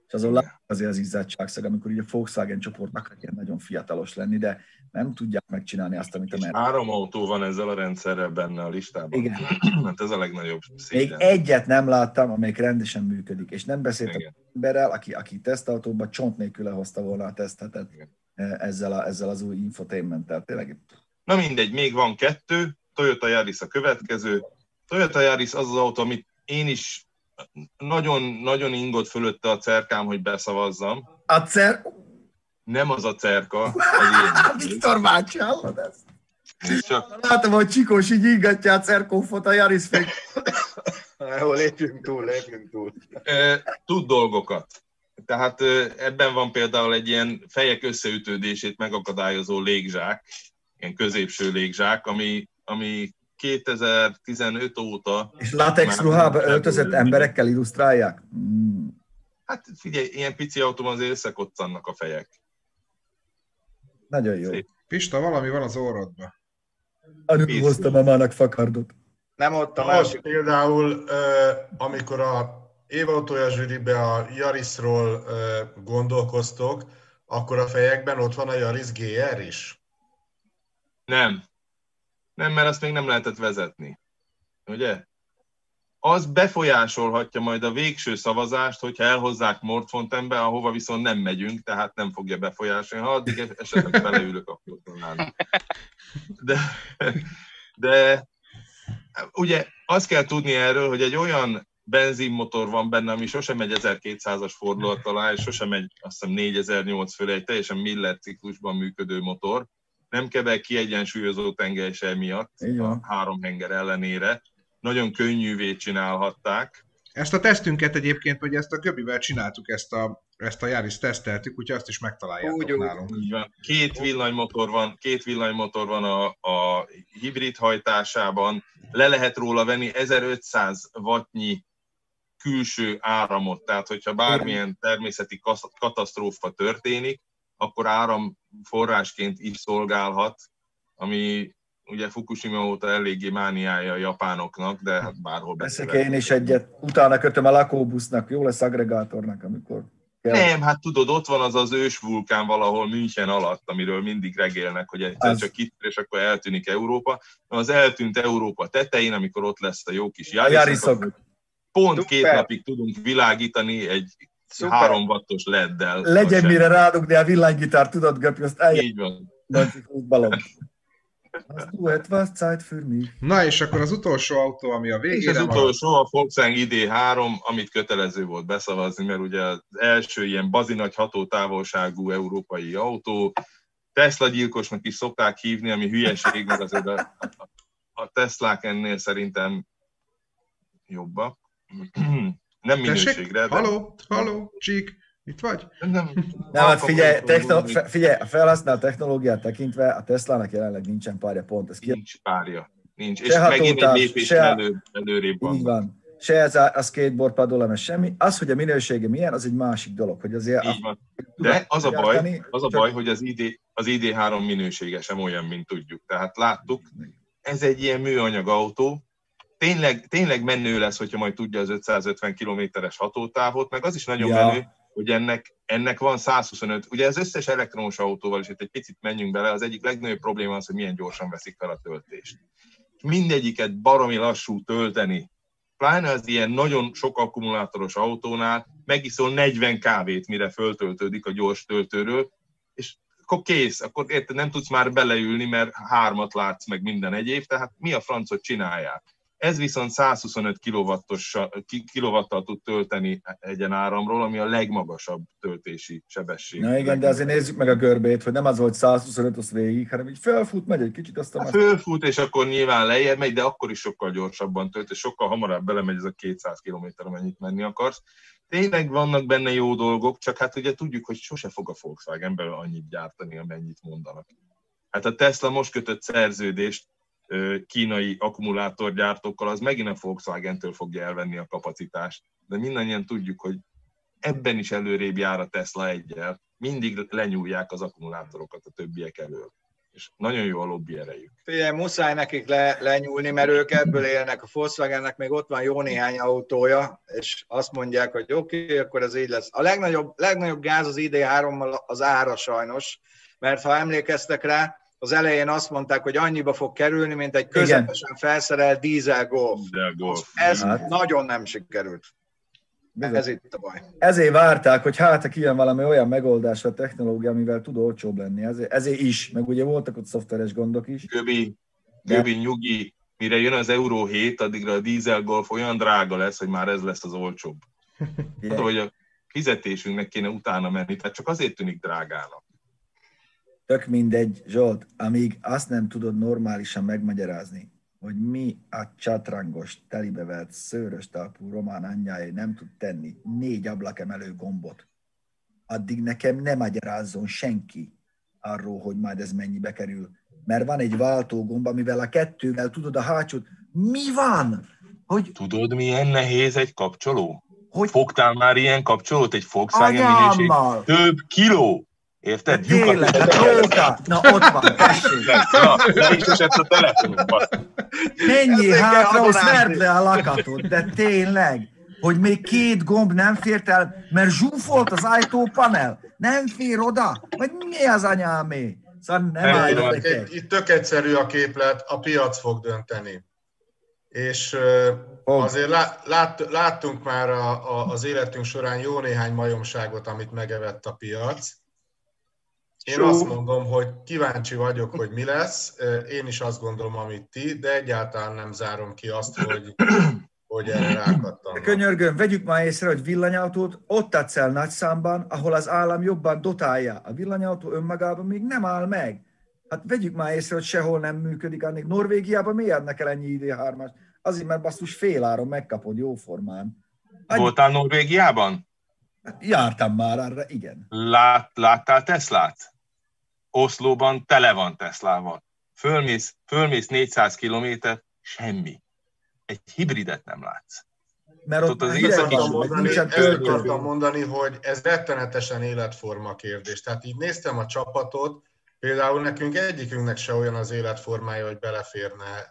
És azon látjuk azért az izzadságszag, amikor ugye a Volkswagen csoport akar ilyen nagyon fiatalos lenni, de nem tudják megcsinálni azt, amit a Mercedes. 3 autó van ezzel a rendszerrel benne a listában. Igen. Hát ez a legnagyobb szégyen. Még egyet nem láttam, amelyik rendesen működik, és nem beszéltem emberrel, aki tesztautóban csont nélkül lehozta volna a teszthetet ezzel az új infotainmenttel. Tényleg. Na mindegy, még van 2, Toyota Yaris a következő. Toyota Yaris az az autó, amit én is nagyon ingott fölötte a cerkám, hogy beszavazzam. A cerka? Nem az a cerka, az én. Viktor bácsi, hallod ezt? Csak... Látom, hogy Csikós így ingatja a cerkófot a Yaris fék. Jó, lépjünk túl. Tud dolgokat. Tehát ebben van például egy ilyen fejek összeütődését megakadályozó légzsák, ilyen középső légzsák, ami 2015 óta... És látex ruhába öltözött emberekkel illusztrálják? Hát figyelj, ilyen pici autóban azért összekoccannak a fejek. Nagyon jó. Szép. Pista, valami van az orrodban. Anu hozta mamának fakardot. Nem ott a másik. Például, amikor a évautója zsűribe a Yarisról gondolkoztok, akkor a fejekben ott van a Yaris GR is? Nem, mert azt még nem lehetett vezetni. Ugye? Az befolyásolhatja majd a végső szavazást, hogyha elhozzák Mortfontainebe, ahova viszont nem megyünk, tehát nem fogja befolyásolni. Ha addig esetleg beleülök, akkor talán. De ugye azt kell tudni erről, hogy egy olyan benzinmotor van benne, ami sosem megy 1200-as fordulat alá, és sosem megy azt hiszem 4008 fölé, egy teljesen Miller ciklusban működő motor. Nem kevek kiegyensúlyozó tengely se miatt, a 3 henger ellenére. Nagyon könnyűvé csinálhatták. Ezt a tesztünket egyébként, hogy ezt a Göbivel csináltuk, ezt a Yaris teszteltük, úgyhogy azt is megtaláljátok nálunk. Így van. Két villanymotor van a hibrid hajtásában. Le lehet róla venni 1500 wattnyi külső áramot, tehát hogyha bármilyen természeti katasztrófa történik, akkor áramforrásként is szolgálhat, ami ugye Fukushima óta eléggé mániája a japánoknak, de hát bárhol beszélek. Én is egyet, utána kötöm a lakóbusznak, jó lesz agregátornak, amikor kell. Nem, hát tudod, ott van az ősvulkán valahol München alatt, amiről mindig regélnek, hogy egyszer csak kitör, és akkor eltűnik Európa. Az eltűnt Európa tetején, amikor ott lesz a jó kis Yarisok. Pont Super. 2 napig tudunk világítani egy Super. 3 wattos LED-del. Legyen mire rádugni a villanygitárt, tudod, Göpi, azt így van. Na és akkor az utolsó autó, ami a végére és az utolsó a Volkswagen ID3, amit kötelező volt beszavazni, mert ugye az első ilyen bazinagy hatótávolságú európai autó, Tesla gyilkosnak is szokták hívni, ami hülyeség, mert azért a Teslák ennél szerintem jobbak. Nem minőségre. Halló, Csík, itt vagy? Nem, hát figyelj, a felhasznált technológiát tekintve a Teslának jelenleg nincsen párja, pont ez nincs párja. Nincs. És megint egy lépés előrébb van. Így van. Se ez a skateboard padolem, semmi. Az, hogy a minősége milyen, az egy másik dolog. Hogy azért így van. De az a baj, hogy az ID3 minősége sem olyan, mint tudjuk. Tehát láttuk, ez egy ilyen műanyag autó, tényleg menő lesz, hogyha majd tudja az 550 kilométeres hatótávot, meg az is nagyon menő, hogy ennek van 125, ugye az összes elektromos autóval, és itt egy picit menjünk bele, az egyik legnagyobb probléma az, hogy milyen gyorsan veszik fel a töltést. Mindegyiket baromi lassú tölteni, pláne az ilyen nagyon sok akkumulátoros autónál megiszol 40 kávét, mire föltöltődik a gyors töltőről, és akkor kész, akkor érted, nem tudsz már beleülni, mert 3 látsz meg minden egyéb, tehát mi a francot csinálják? Ez viszont 125 kilovattal tud tölteni egyen áramról, ami a legmagasabb töltési sebesség. Na igen, de azért nézzük meg a görbét, hogy nem az volt 125 az végig, hanem így felfut, megy egy kicsit, aztán... Fölfut, és akkor nyilván lejjebb megy, de akkor is sokkal gyorsabban tölt, és sokkal hamarabb belemegy ez a 200 km, amennyit menni akarsz. Tényleg vannak benne jó dolgok, csak hát ugye tudjuk, hogy sose fog a Volkswagen belőle annyit gyártani, amennyit mondanak. Hát a Tesla most kötött szerződést kínai akkumulátorgyártókkal, az megint a Volkswagen-től fogja elvenni a kapacitást. De mindannyian tudjuk, hogy ebben is előrébb jár a Tesla egyel. Mindig lenyúlják az akkumulátorokat a többiek elől. és nagyon jó a lobby erejük. Figyelj, muszáj nekik lenyúlni, mert ők ebből élnek. A Volkswagennek még ott van jó néhány autója, és azt mondják, hogy oké, akkor ez így lesz. A legnagyobb gáz az ID3-mal az ára sajnos, mert ha emlékeztek rá, az elején azt mondták, hogy annyiba fog kerülni, mint egy közepesen felszerelt dízel Golf. Ez nagyon nem sikerült. Ez itt a baj. Ezért várták, hogy hát kijön valami olyan megoldás a technológia, amivel tud olcsóbb lenni. Ezért is, meg ugye voltak ott szoftveres gondok is. Göbi, nyugi, mire jön az Euro 7, addigra a dízel Golf olyan drága lesz, hogy már ez lesz az olcsóbb. Tehát, hogy a fizetésünknek kéne utána menni, tehát csak azért tűnik drágának. Tök mindegy, Zsolt, amíg azt nem tudod normálisan megmagyarázni, hogy mi a csatrangos, telibevelt, szőrös talpú román anyjáé nem tud tenni 4 ablakemelő gombot, addig nekem nem magyarázzon senki arról, hogy majd ez mennyibe kerül. Mert van egy váltógomb, amivel a 2-vel tudod a hátsót. Mi van? Hogy... Tudod, milyen nehéz egy kapcsoló? Hogy... Fogtál már ilyen kapcsolót? Egy Volkswagen minőség? Több kiló! Érted? Tényleg, na ott van, tessék. Na, le is esett a telefonba. Mennyi hátra, hogy verd le a lakatot, de tényleg, hogy még 2 gomb nem fért el, mert zsúfolt az ajtópanel, nem fér oda, vagy mi az anyámé? Szóval nem állj. Itt tök egyszerű a képlet, a piac fog dönteni. És azért láttunk már az életünk során jó néhány majomságot, amit megevett a piac. Én azt mondom, hogy kíváncsi vagyok, hogy mi lesz. Én is azt gondolom, amit ti, de egyáltalán nem zárom ki azt, hogy erre rákattam. Könyörgöm, vegyük már észre, hogy villanyautót ott adsz el nagy számban, ahol az állam jobban dotálja. A villanyautó önmagában még nem áll meg. Hát vegyük már észre, hogy sehol nem működik. Annak Norvégiában miért adnak el ennyi ID3-as? Azért, mert basszus féláron megkapod jóformán. Voltál Norvégiában? Jártam már arra, igen. Láttál Teslát? Oszlóban tele van Teslával. Fölmész 400 kilométer, semmi. Egy hibridet nem látsz. Mert ott akartam mondani, hogy ez rettenetesen életforma kérdés. Tehát így néztem a csapatot, például nekünk egyikünknek se olyan az életformája, hogy beleférne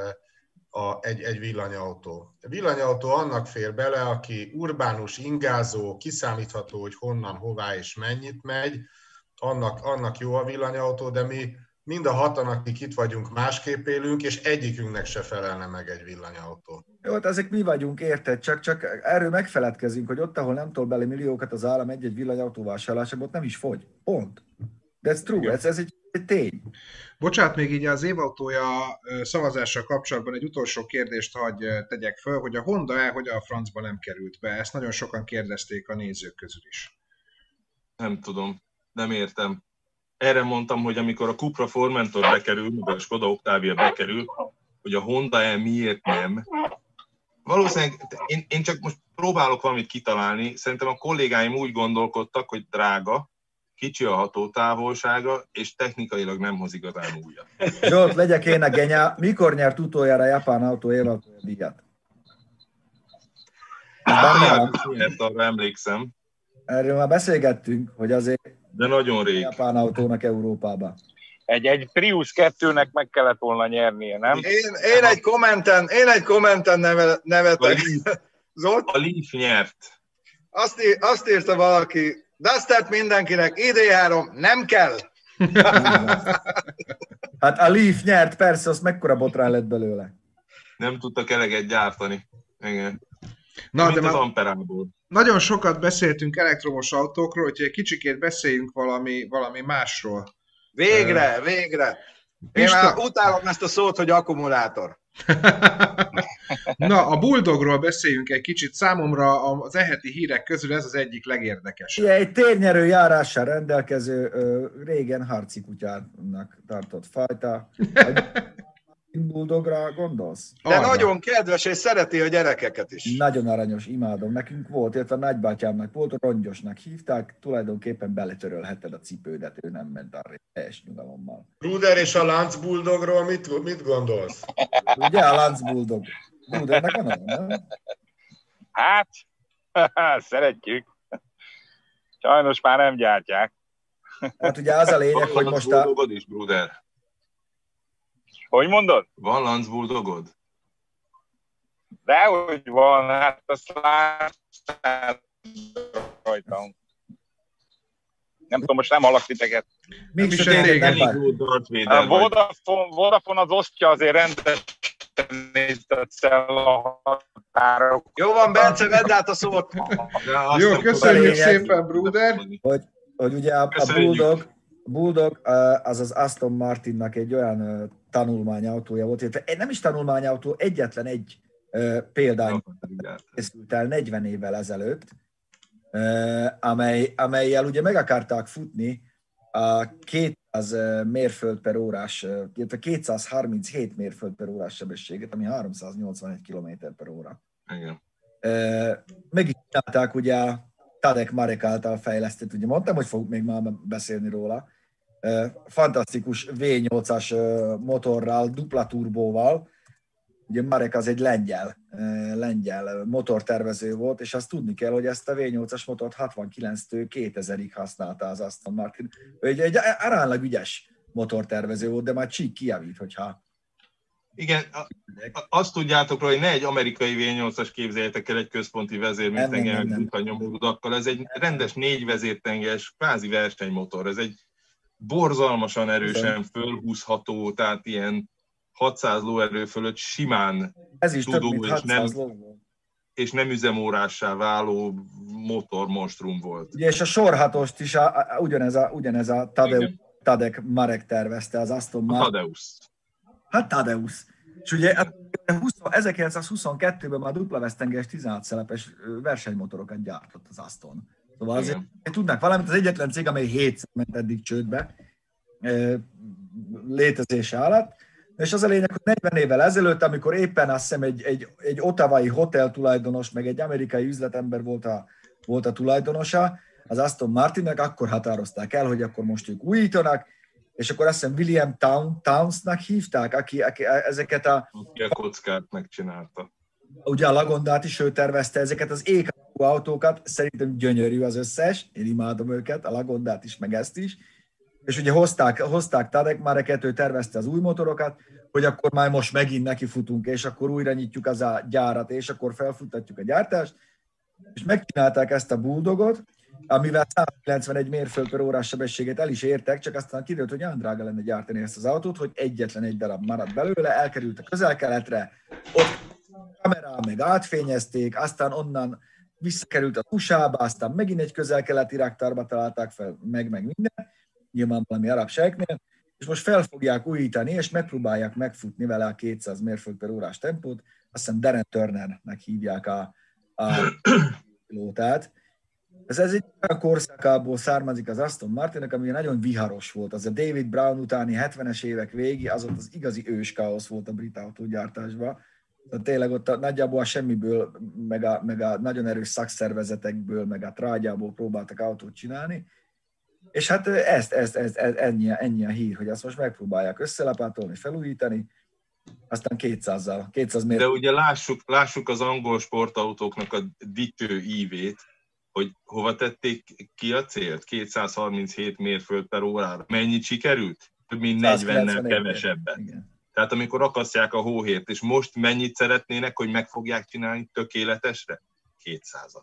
egy villanyautó. A villanyautó annak fér bele, aki urbánus, ingázó, kiszámítható, hogy honnan, hová és mennyit megy, annak jó a villanyautó, de mi mind a 6-an, akik itt vagyunk, másképp élünk, és egyikünknek se felelne meg egy villanyautó. Jó, hát ezek mi vagyunk, érted? Csak erről megfeledkezünk, hogy ott, ahol nem tol bele milliókat az állam egy villanyautó vásárlásába, ott nem is fogy. Pont. That's true, ez egy tény. Bocsát, még így az évautója szavazással kapcsolatban egy utolsó kérdést hagy tegyek föl, hogy a Honda hogy a francba nem került be. Ezt nagyon sokan kérdezték a nézők közül is. Nem tudom, nem értem. Erre mondtam, hogy amikor a Cupra Formentor bekerül, vagy a Skoda Octavia bekerül, hogy a Honda miért nem. Valószínűleg én csak most próbálok valamit kitalálni. Szerintem a kollégáim úgy gondolkodtak, hogy drága, kicsi a hatótávolsága, és technikailag nem hoz igazán újat. Zsolt, legyek én a genya. Mikor nyert utoljára a japán autó évautója díjat? Arra emlékszem. Erről már beszélgettünk, hogy azért de nagyon rég. Japán autónak Európában. Egy Prius 2-nek meg kellett volna nyernie, nem? Én egy kommenten nevetek. A Leaf nyert. Azt írta valaki, Dustert mindenkinek, ID3 nem kell. Hát a Leaf nyert, persze, az mekkora botrán lett belőle. Nem tudtak eleget gyártani. Igen. Na, mint az Amperából. Nagyon sokat beszéltünk elektromos autókról, úgyhogy egy kicsikét beszéljünk valami másról. Végre! Én már utálom ezt a szót, hogy akkumulátor. Na, a Bulldogról beszéljünk egy kicsit. Számomra az eheti hírek közül ez az egyik legérdekesebb. Egy térnyerő járással rendelkező, régen harci kutyának tartott fajta. Bulldogra gondolsz? De nagyon kedves, és szereti a gyerekeket is. Nagyon aranyos, imádom. Nekünk volt, illetve a nagybátyámnak volt, Rongyosnak hívták, tulajdonképpen beletörölheted a cipődet, ő nem ment arra teljes nyugalommal. Bruder, és a Lanz Bulldogról mit gondolsz? Ugye a Lanz Bulldog? Brudernek van, nem? Hát, szeretjük. Sajnos már nem gyártják. Hát ugye az a lényeg, hogy most a... is, Bruder. Hogy mondod? Van lancbuldogod? Dehogy van, hát azt láttál rajtam. Nem tudom, most nem hallak titeket. Még is régen a Vodafone az osztja azért rendesen néztetsz el a határok. Jó van, Bence, vedd át a szót. Jó, köszönjük szépen, Bruder. Hogy ugye a Bulldog az az Aston Martinnak egy olyan tanulmányautója volt, illetve nem is tanulmányautó, egyetlen egy példány készült el 40 évvel ezelőtt, amellyel ugye meg akarták futni a 200 mérföld per órás, illetve 237 mérföld per órás sebességet, ami 381 km per óra. Igen. Meg is csinálták ugye a Tadek Marek által fejlesztett, ugye mondtam, hogy fogunk még már beszélni róla. Fantasztikus V8-as motorral, dupla turbóval. Ugye Marek az egy lengyel motortervező volt, és azt tudni kell, hogy ezt a V8-as motort 69-től 2000-ig használta az Aston Martin. Ő egy aránylag ügyes motortervező volt, de már csík kijavít, hogyha... Igen, azt tudjátok, hogy ne egy amerikai V8-as képzeljétek el egy központi vezérműtengelyen a nyomórudakkal. Ez egy rendes 4 vezértenges, kvázi versenymotor. Ez egy borzalmasan erősen fölhúzható, tehát ilyen 600 lóerő fölött simán tudó és nem üzemorássá váló motormonstrum volt. Ugye, és a sorhatost is ugyanez a Tadek Marek tervezte, az Aston Martin. Tadeusz. Hát Tadeusz. És ugye 1922-ben már dupla vesztenges 16 szelepes versenymotorokat gyártott az Aston. Szóval azért tudnak valamit, az egyetlen cég, amely 7-szer ment eddig csődbe létezése alatt. És az a lényeg, hogy 40 évvel ezelőtt, amikor éppen azt hiszem egy ottawai hotel tulajdonos, meg egy amerikai üzletember volt a tulajdonosa, az Aston Martinnek, akkor határozták el, hogy akkor most ők újítanak, és akkor azt hiszem William Townsnak hívták, aki ezeket Aki a kockát megcsinálta. Ugye a Lagondát is ő tervezte, ezeket az égható autókat, szerintem gyönyörű az összes, én imádom őket, a Lagondát is, meg ezt is. És ugye hozták Tadek Mareket, ő tervezte az új motorokat, hogy akkor már most megint nekifutunk, és akkor újra nyitjuk az a gyárat, és akkor felfuttatjuk a gyártást, és megcsinálták ezt a Bulldogot, amivel 191 mérföld per órás sebességet el is értek, csak aztán kiderült, hogy olyan drága lenne gyártani ezt az autót, hogy egyetlen egy darab maradt belőle, elkerült a Közel-Keletre, ott kamerán meg átfényezték, aztán onnan visszakerült a USA-ba, aztán megint egy Közel-Keleti raktárba találták fel, meg minden, nyilván valami arab sejknél, és most fel fogják újítani, és megpróbálják megfutni vele a 200 mérföld per órás tempót. Azt hiszem Darren Turnernek hívják a pilótát. Ez egy olyan korszakából származik az Aston Martinnak, ami nagyon viharos volt. Az a David Brown utáni 70-es évek végi, az ott az igazi őskáosz volt a brit autógyártásban. Tehát tényleg ott nagyjából a semmiből, meg a nagyon erős szakszervezetekből, meg a trágyából próbáltak autót csinálni. És hát ennyi a hír, hogy azt most megpróbálják összelapátolni, felújítani, aztán 200 mérföld. De ugye lássuk az angol sportautóknak a dicső ívét, hogy hova tették ki a célt? 237 mérföld per órára. Mennyit sikerült? Több mint 40-nel kevesebben. Igen. Tehát amikor akasztják a hóhért, és most mennyit szeretnének, hogy meg fogják csinálni tökéletesre? 200-at.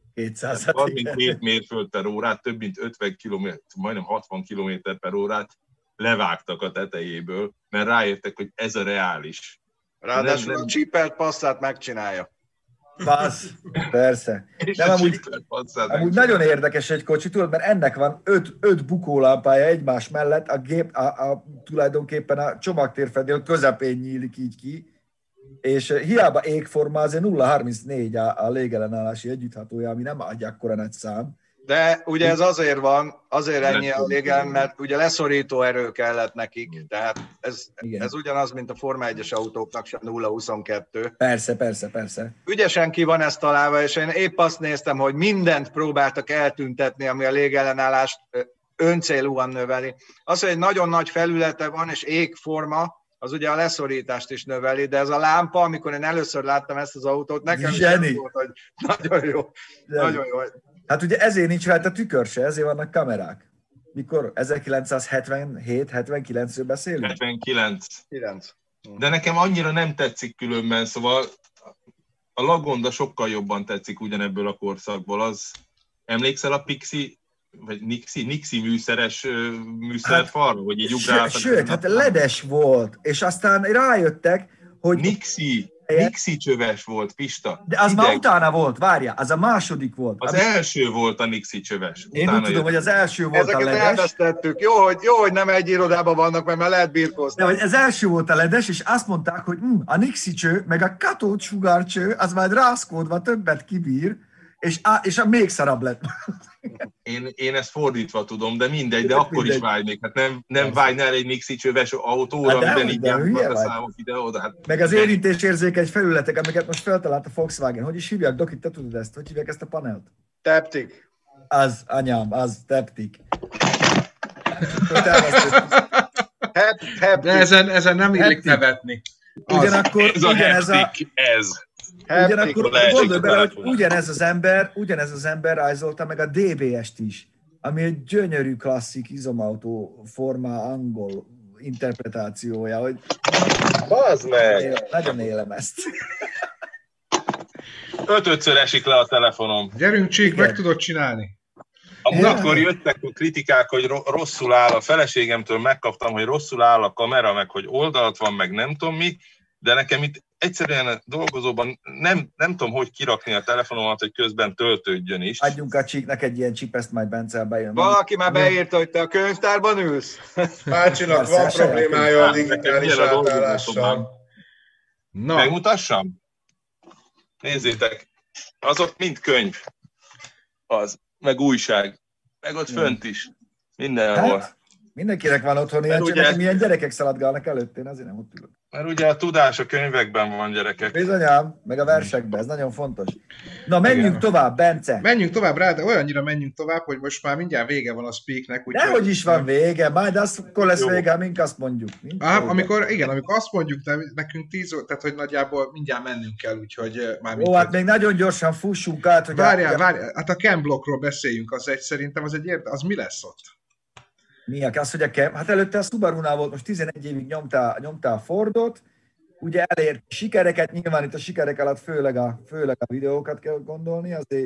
37 mérföld per órát, több mint 50 km, majdnem 60 km per órát levágtak a tetejéből, mert ráértek, hogy ez a reális. Ráadásul a csipelt passzát megcsinálja. Passz, persze. Nem, amúgy nagyon érdekes egy kocsi, tudod, mert ennek van 5 bukólámpája egymás mellett, a gép tulajdonképpen a csomagtérfedél közepén nyílik így ki, és hiába égforma, azért 0,34 a légellenállási együtthatója, ami nem adja akkora nagy szám. De ugye ez azért van, azért ennyi a légelen, mert ugye leszorító erő kellett nekik, tehát ez ugyanaz, mint a Forma 1-es autóknak sem 0,22. Persze. Ügyesen ki van ezt találva, és én épp azt néztem, hogy mindent próbáltak eltüntetni, ami a légellenállást öncélúan növeli. Az, hogy egy nagyon nagy felülete van, és égforma, az ugye a leszorítást is növeli, de ez a lámpa, amikor én először láttam ezt az autót, nekem zseni. Volt, hogy nagyon jó. Nagyon jó. Hát ugye ezért nincs rajta tükör se, ezért vannak kamerák. Mikor? 1977-79-ről beszélünk? 79. De nekem annyira nem tetszik különben, szóval a Lagonda sokkal jobban tetszik ugyanebből a korszakból. Az, emlékszel a Pixie, vagy Nixie műszeres műszerfalra, hogy így ugráltak? Sőt, hát ledes volt, és aztán rájöttek, hogy... Nixie csöves volt, Pista. De az már utána volt, várjál, az a második volt. Az első volt a Nixie csöves. Én úgy tudom, hogy az első volt ezeket a ledes. elvesztettük. Jó, hogy nem egy irodában vannak, mert már lehet birkózni. De hogy az első volt a ledes, és azt mondták, hogy a Nixie cső, meg a katódsugárcső, az már rászkódva többet kibír, és a még szarabb lett. Én ezt fordítva tudom, de mindegy, de akkor is vágynék. Hát nem vágynál egy Nixie csöves autóra, amiben így járnak a számok ide-oda. Hát meg az érintésérzékeny felületek, amiket most feltalált a Volkswagen. Hogy is hívják, Doki, te tudod ezt? Hogy hívják ezt a panelt? Taptic. Az, anyám, az Taptic. De ezen nem illik nevetni. Ugyanakkor Ugyanakkor gondolj bele, hogy ugyanez az ember rajzolta meg a DBS-t is, ami egy gyönyörű klasszik izomautó formá angol interpretációja, hogy bazd meg! Nagyon élem ezt. 5-ször esik le a telefonom. Gyerünk, Csík, meg tudod csinálni. A múltkor jöttek a kritikák, hogy rosszul áll a feleségemtől, megkaptam, hogy rosszul áll a kamera, meg hogy oldalt van, meg nem tudom mi, de nekem itt egyszerűen a dolgozóban nem tudom, hogy kirakni a telefonomat, hogy közben töltődjön is. Adjunk a Csíknek egy ilyen chip, ezt majd Bence bejön. Valaki már beírta, hogy te a könyvtárban ülsz? Bácsinak van problémája a digitális átállással. Na. Megmutassam? Nézzétek, azok mind könyv. Az, meg újság. Meg ott fönt is. Mindenhol. Hát, mindenkinek van otthon ilyen, csak milyen gyerekek szaladgálnak előtt, én azért nem ott ülök. Mert ugye a tudás a könyvekben van, gyerekek. Bizonyám, meg a versekben, ez nagyon fontos. Na, menjünk tovább, Bence. Menjünk tovább rá, de olyannyira menjünk tovább, hogy most már mindjárt vége van a Speaknek. Dehogy is van vége, majd akkor lesz vége, amink azt mondjuk. Amikor azt mondjuk, de nekünk 10 óra, tehát hogy nagyjából mindjárt mennünk kell, úgyhogy már mindjárt. Hát még nagyon gyorsan fussunk át. Hogy várjál, hát a Cam blokkról beszéljünk, szerintem az mi lesz ott? Miak? Az, hogy hát előtte a Subaru-nál volt, most 11 évig nyomta a Fordot, ugye elért sikereket, nyilván itt a sikerek alatt főleg a videókat kell gondolni, azért...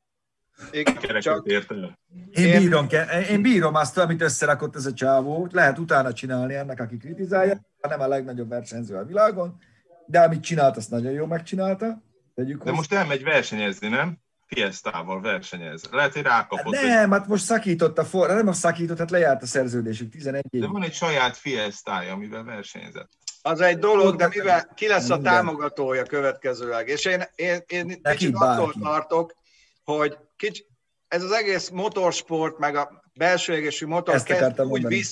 Én bírom azt, amit összerakott ez a csávó, lehet utána csinálni ennek, aki kritizálja, nem a legnagyobb versenyző a világon, de amit csinált, azt nagyon jól megcsinálta. De most elmegy versenyezni, nem? Fiestával versenyez. Lehet, hogy rákapott. Nem, hát most szakított a Ford, nem most szakított, hát lejárt a szerződésük 11 évig. De van egy saját Fiestája, amivel versenyezett. Az egy dolog, de mivel ki lesz a támogatója következőleg. És én kicsit attól tartok, hogy ez az egész motorsport, meg a belső égésű motor kezd úgy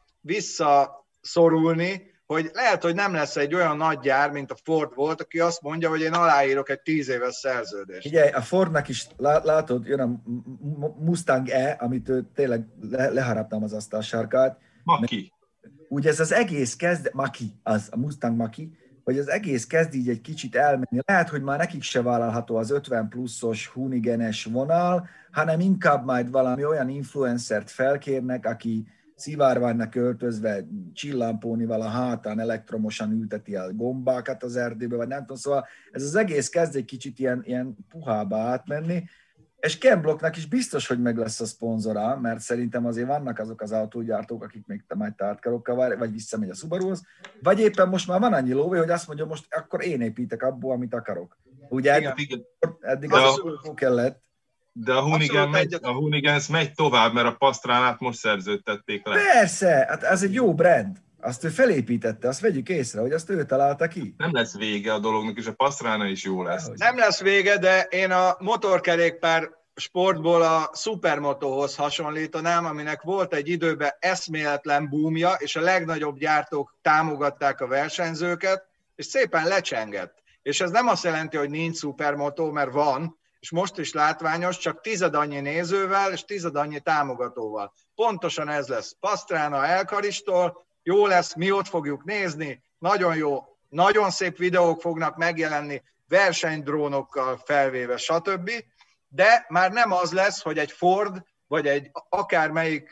visszaszorulni, hogy lehet, hogy nem lesz egy olyan nagy gyár, mint a Ford volt, aki azt mondja, hogy én aláírok egy 10 éves szerződést. Figyelj, a Fordnak is, látod, jön a Mustang E, amit ő tényleg leharaptam az asztalsárkát. Maki. Ugye ez az egész kezd, Maki, az a Mustang Maki, hogy az egész kezd így egy kicsit elmenni. Lehet, hogy már nekik se vállalható az 50 pluszos, hunigenes vonal, hanem inkább majd valami olyan influencert felkérnek, aki szivárványnak öltözve, csillampónival a hátán elektromosan ülteti a gombákat az erdőbe, vagy nem tudom, szóval ez az egész kezd egy kicsit ilyen puhába átmenni, és Ken Blocknak is biztos, hogy meg lesz a szponzora, mert szerintem azért vannak azok az autógyártók, akik még majd tártkarokkal várják, vagy visszamegy a Subaruhoz, vagy éppen most már van annyi lóvé, hogy azt mondja, most akkor én építek abból, amit akarok. Ugye eddig az kellett. De a Hoonigans megy tovább, mert a Pastránát most szerződtették le. Persze, hát ez egy jó brand. Azt ő felépítette, azt vegyük észre, hogy azt ő találta ki. Nem lesz vége a dolognak, és a Pastrana is jó lesz. Nem lesz vége, de én a motorkerékpár sportból a Supermotohoz hasonlítanám, aminek volt egy időben eszméletlen boomja, és a legnagyobb gyártók támogatták a versenyzőket, és szépen lecsengett. És ez nem azt jelenti, hogy nincs Supermoto, mert van, és most is látványos, csak 10 annyi nézővel és 10 annyi támogatóval. Pontosan ez lesz. Pastrana Elkaristól, jó lesz, mi ott fogjuk nézni, nagyon jó, nagyon szép videók fognak megjelenni, versenydrónokkal felvéve, stb. De már nem az lesz, hogy egy Ford, vagy egy akármelyik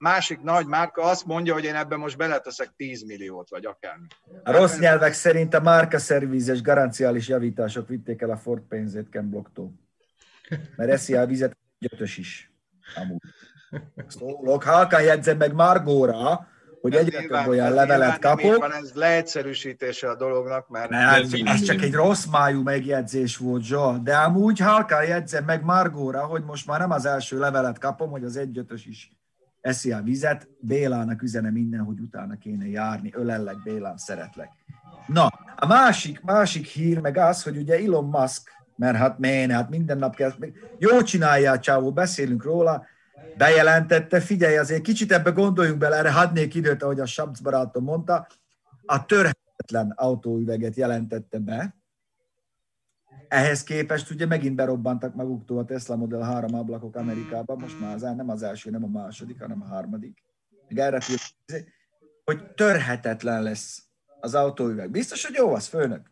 másik nagy márka azt mondja, hogy én ebben most beleteszek 10 milliót, vagy akármi. A rossz nyelvek szerint a márkaszervízes garanciális javítások vitték el a Ford pénzét Ken Blocktól. Mert eszi a vizet, gyötös is. Amúgy. Szólok, halkan jegyzem meg Margóra, hogy egyre több olyan levelet kapok. Van ez leegyszerűsítése a dolognak, mert... Ez csak egy rossz májú megjegyzés volt, Zsa, de amúgy halkan jegyzem meg Margóra, hogy most már nem az első levelet kapom, hogy az 1.5-ös is eszi a vizet. Bélának üzene minden, hogy utána kéne járni. Ölellek, Bélám, szeretlek. Na, a másik hír meg az, hogy ugye Elon Musk, mert hát minden nap kell... Jó csinálja, csávó, beszélünk róla, bejelentette, figyelj, azért kicsit ebbe gondoljunk bele, erre hadnék időt, ahogy a Sabc barátom mondta, a törhetetlen autóüveget jelentette be. Ehhez képest ugye megint berobbantak maguktól a Tesla Model 3 ablakok Amerikában, most már nem az első, nem a második, hanem a harmadik. Meg erre hogy törhetetlen lesz az autóüveg. Biztos, hogy jó az, főnök?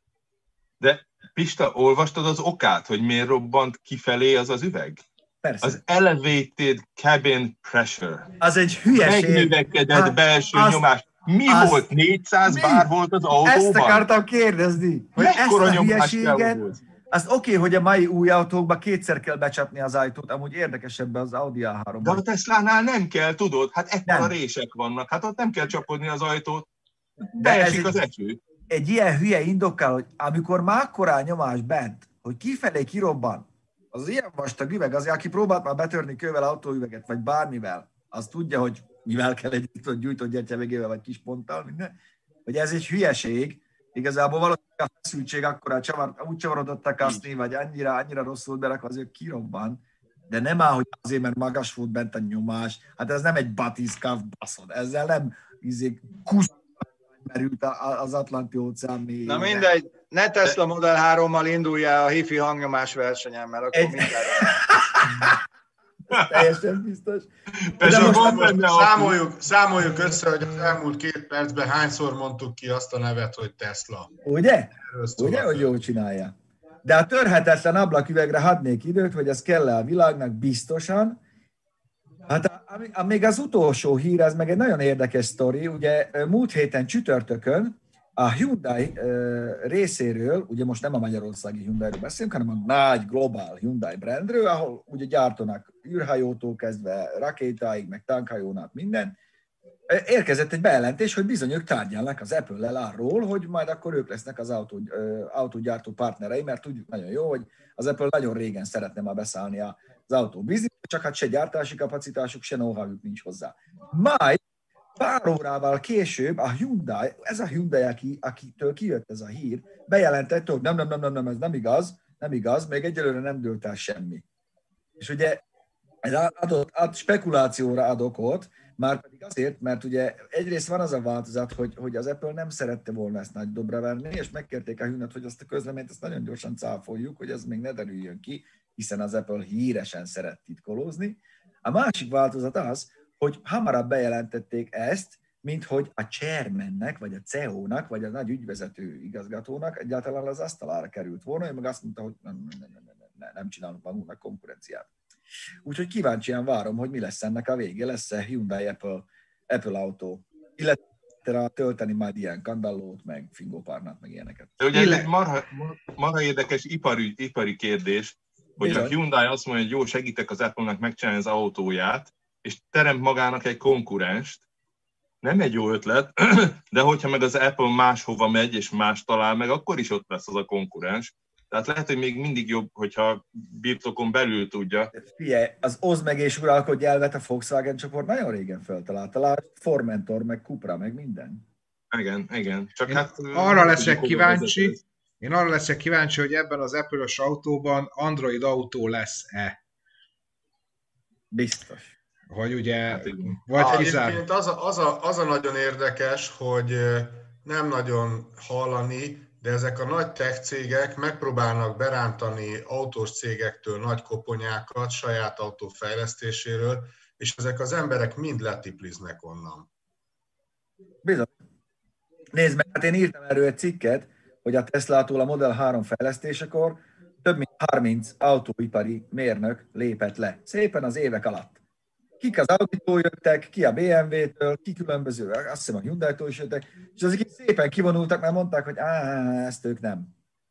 De Pista, olvastad az okát, hogy miért robbant kifelé az üveg? Persze. Az elevated cabin pressure. Az egy hülyeség. Megnövekedett belső nyomás. Mi volt? 400 bár volt az autóban? Ezt akartam kérdezni. Hogy ezt a hülyeséget, azt oké, hogy a mai új autókban kétszer kell becsapni az ajtót, amúgy érdekesebb az Audi A3. De a Teslánál nem kell, tudod? Hát ekkora rések vannak. Hát ott nem kell csapodni az ajtót. Beesik az eső. Egy ilyen hülye indokkal, hogy amikor már akkorá nyomás bent, hogy kifelé kirobban, az ilyen vastag üveg, azért aki próbált már betörni kővel autóüveget, vagy bármivel, az tudja, hogy mivel kell egy gyújtott gyertyavégével, vagy kis ponttal, minden, hogy ez egy hülyeség, igazából valószínűleg a feszültség akkorá úgy csavarodott a kaszni, vagy annyira rossz volt berakva, azért kirobban, de nem áll, hogy azért, mert magas volt bent a nyomás, hát ez nem egy batiszkáv baszod, ezzel nem merült az Atlanti-óceán mélyére. Na mindegy, ne Tesla Model 3-mal indulja a hifi hangnyomás versenyen, mert akkor mindjárt... Teljesen biztos. De most számoljuk össze, hogy az elmúlt 2 percben hányszor mondtuk ki azt a nevet, hogy Tesla. Ugye? Ugye, hogy jól csinálja. De a törhetetlen ablaküvegre hadnék időt, hogy ez kell-e a világnak biztosan. Hát még az utolsó hír, ez meg egy nagyon érdekes sztori. Ugye múlt héten csütörtökön a Hyundai részéről, ugye most nem a magyarországi Hyundairól beszélünk, hanem a nagy globál Hyundai brandről, ahol ugye gyártanak űrhajótól kezdve rakétáig, meg tankhajónát, minden. Érkezett egy bejelentés, hogy bizony ők tárgyalnak az Apple-lel arról, hogy majd akkor ők lesznek az autógyártó partnerei, mert tudjuk nagyon jó, hogy az Apple nagyon régen szeretne már beszállni az autóbizniszbe, csak hát se gyártási kapacitásuk, se know-howjuk nincs hozzá. Majd pár órával később a Hyundai, ez a Hyundai, akitől kijött ez a hír, bejelentette, hogy nem, ez nem igaz, még egyelőre nem dőlt el semmi. És ugye spekulációra ad okot, már pedig azért, mert ugye egyrészt van az a változat, hogy az Apple nem szerette volna ezt nagy dobra verni, és megkérték a Hyundai, hogy azt a közleményt ezt nagyon gyorsan cáfoljuk, hogy ez még ne derüljön ki, hiszen az Apple híresen szeret titkolózni. A másik változat az, hogy hamarabb bejelentették ezt, mint hogy a chairmannek, vagy a CEO-nak, vagy a nagy ügyvezető igazgatónak egyáltalán az asztalára került volna, ő meg azt mondta, hogy nem csinálunk magunknak konkurenciát. Úgyhogy kíváncsian várom, hogy mi lesz ennek a vége, lesz-e Hyundai Apple autó, illetve tölteni majd ilyen kandallót, meg fingópárnát, meg ilyeneket. De ugye ez egy marha érdekes ipari kérdés, hogy a Hyundai azt mondja, hogy jó, segítek az Apple-nak megcsinálni az autóját, és teremt magának egy konkurenst. Nem egy jó ötlet, de hogyha meg az Apple máshova megy, és más talál meg, akkor is ott lesz az a konkurens. Tehát lehet, hogy még mindig jobb, hogyha birtokon belül tudja. Figyelj, az oszd meg és uralkodj elvet a Volkswagen csoport nagyon régen feltalálta. Formentor, meg Cupra, meg minden. Igen. Csak Én hát arra leszek kíváncsi, hogy ebben az Apple-ös autóban Android autó lesz-e. Biztos. Hogy ugye, vagy egyébként az a nagyon érdekes, hogy nem nagyon hallani, de ezek a nagy tech cégek megpróbálnak berántani autós cégektől nagy koponyákat saját autó fejlesztéséről, és ezek az emberek mind letipliznek onnan. Bizony. Nézd meg, hát én írtam erről egy cikket, hogy a Teslától a Model 3 fejlesztésekor több mint 30 autóipari mérnök lépett le. Szépen az évek alatt. kik az Audi-tól jöttek, ki a BMW-től, ki különböző, azt hiszem a Hyundai-tól is jöttek, és azok így szépen kivonultak, mert mondták, hogy ezt ők nem.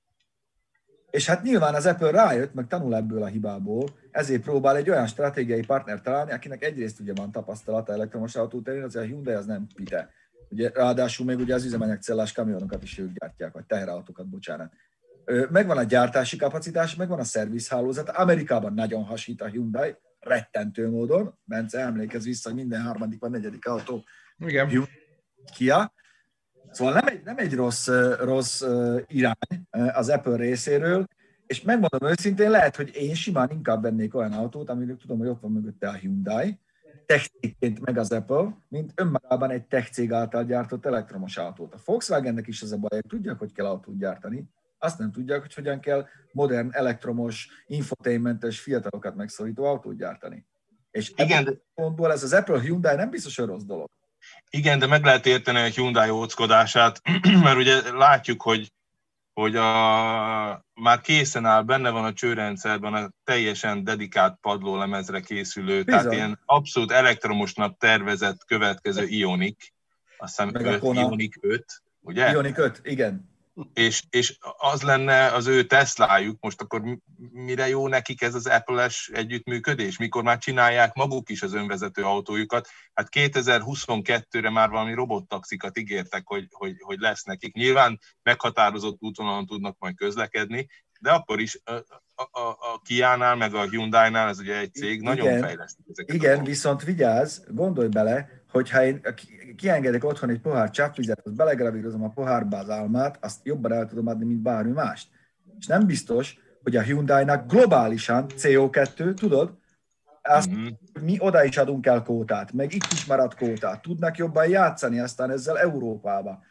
És hát nyilván az Apple rájött, meg tanul ebből a hibából, ezért próbál egy olyan stratégiai partner találni, akinek egyrészt ugye van tapasztalata elektromos autóterén, azért a Hyundai az nem pite. Ugye, ráadásul még ugye az üzemanyagcellás kamionokat is ők gyártják, vagy teherautókat, bocsánat. Megvan a gyártási kapacitás, megvan a szervizhálózat. Amerikában nagyon hasít a Hyundai, rettentő módon. Bence, emlékezz vissza, hogy minden harmadik vagy negyedik autó Igen. Kia. Szóval nem egy rossz irány az Apple részéről, és megmondom őszintén, lehet, hogy én simán inkább vennék olyan autót, aminek tudom, hogy ott van mögötte a Hyundai, technikként meg az Apple, mint önmagában egy tech cég által gyártott elektromos autót. A Volkswagennek is az a baj, hogy tudják, hogy kell autót gyártani, azt nem tudják, hogy hogyan kell modern, elektromos, infotainmentes, fiatalokat megszorító autót gyártani. És ebből pontból ez az Apple Hyundai nem biztos, hogy rossz dolog. Igen, de meg lehet érteni a Hyundai óckodását, mert ugye látjuk, hogy már készen áll, benne van a csőrendszerben a teljesen dedikált padlólemezre készülő, bizony. Tehát ilyen abszolút elektromosnak tervezett következő Ioniq, azt hiszem Ioniq 5, ugye? Ioniq 5, igen. És az lenne az ő Teslájuk, most akkor mire jó nekik ez az Apple-es együttműködés? Mikor már csinálják maguk is az önvezető autójukat? Hát 2022-re már valami robottaxikat ígértek, hogy lesz nekik. Nyilván meghatározott útvonalon tudnak majd közlekedni, de akkor is a Kia-nál, meg a Hyundai-nál, ez ugye egy cég, nagyon fejlesztik ezeket. Igen, viszont vigyázz, gondolj bele, hogyha én kiengedek otthon egy pohár csapvizet, azt belegravírozom a pohárba az álmát, azt jobban el tudom adni, mint bármi mást. És nem biztos, hogy a Hyundai-nak globálisan CO2, tudod, azt mi oda is adunk el kótát, meg itt is marad kótát. Tudnak jobban játszani aztán ezzel Európába.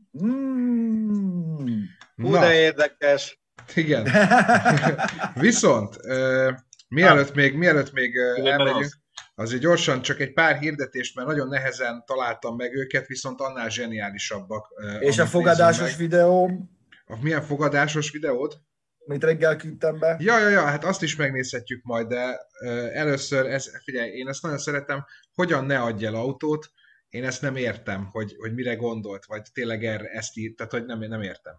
De érdekes. Igen. Viszont, mielőtt még elmegyünk, azért gyorsan csak egy pár hirdetést, mert nagyon nehezen találtam meg őket, viszont annál zseniálisabbak. És a fogadásos videó? Milyen fogadásos videód? Amit reggel küldtem be. Ja, hát azt is megnézhetjük majd, de először, figyelj, én ezt nagyon szeretem, hogyan ne adj el autót, én ezt nem értem, hogy mire gondolt, vagy tényleg ezt írt, tehát hogy nem értem.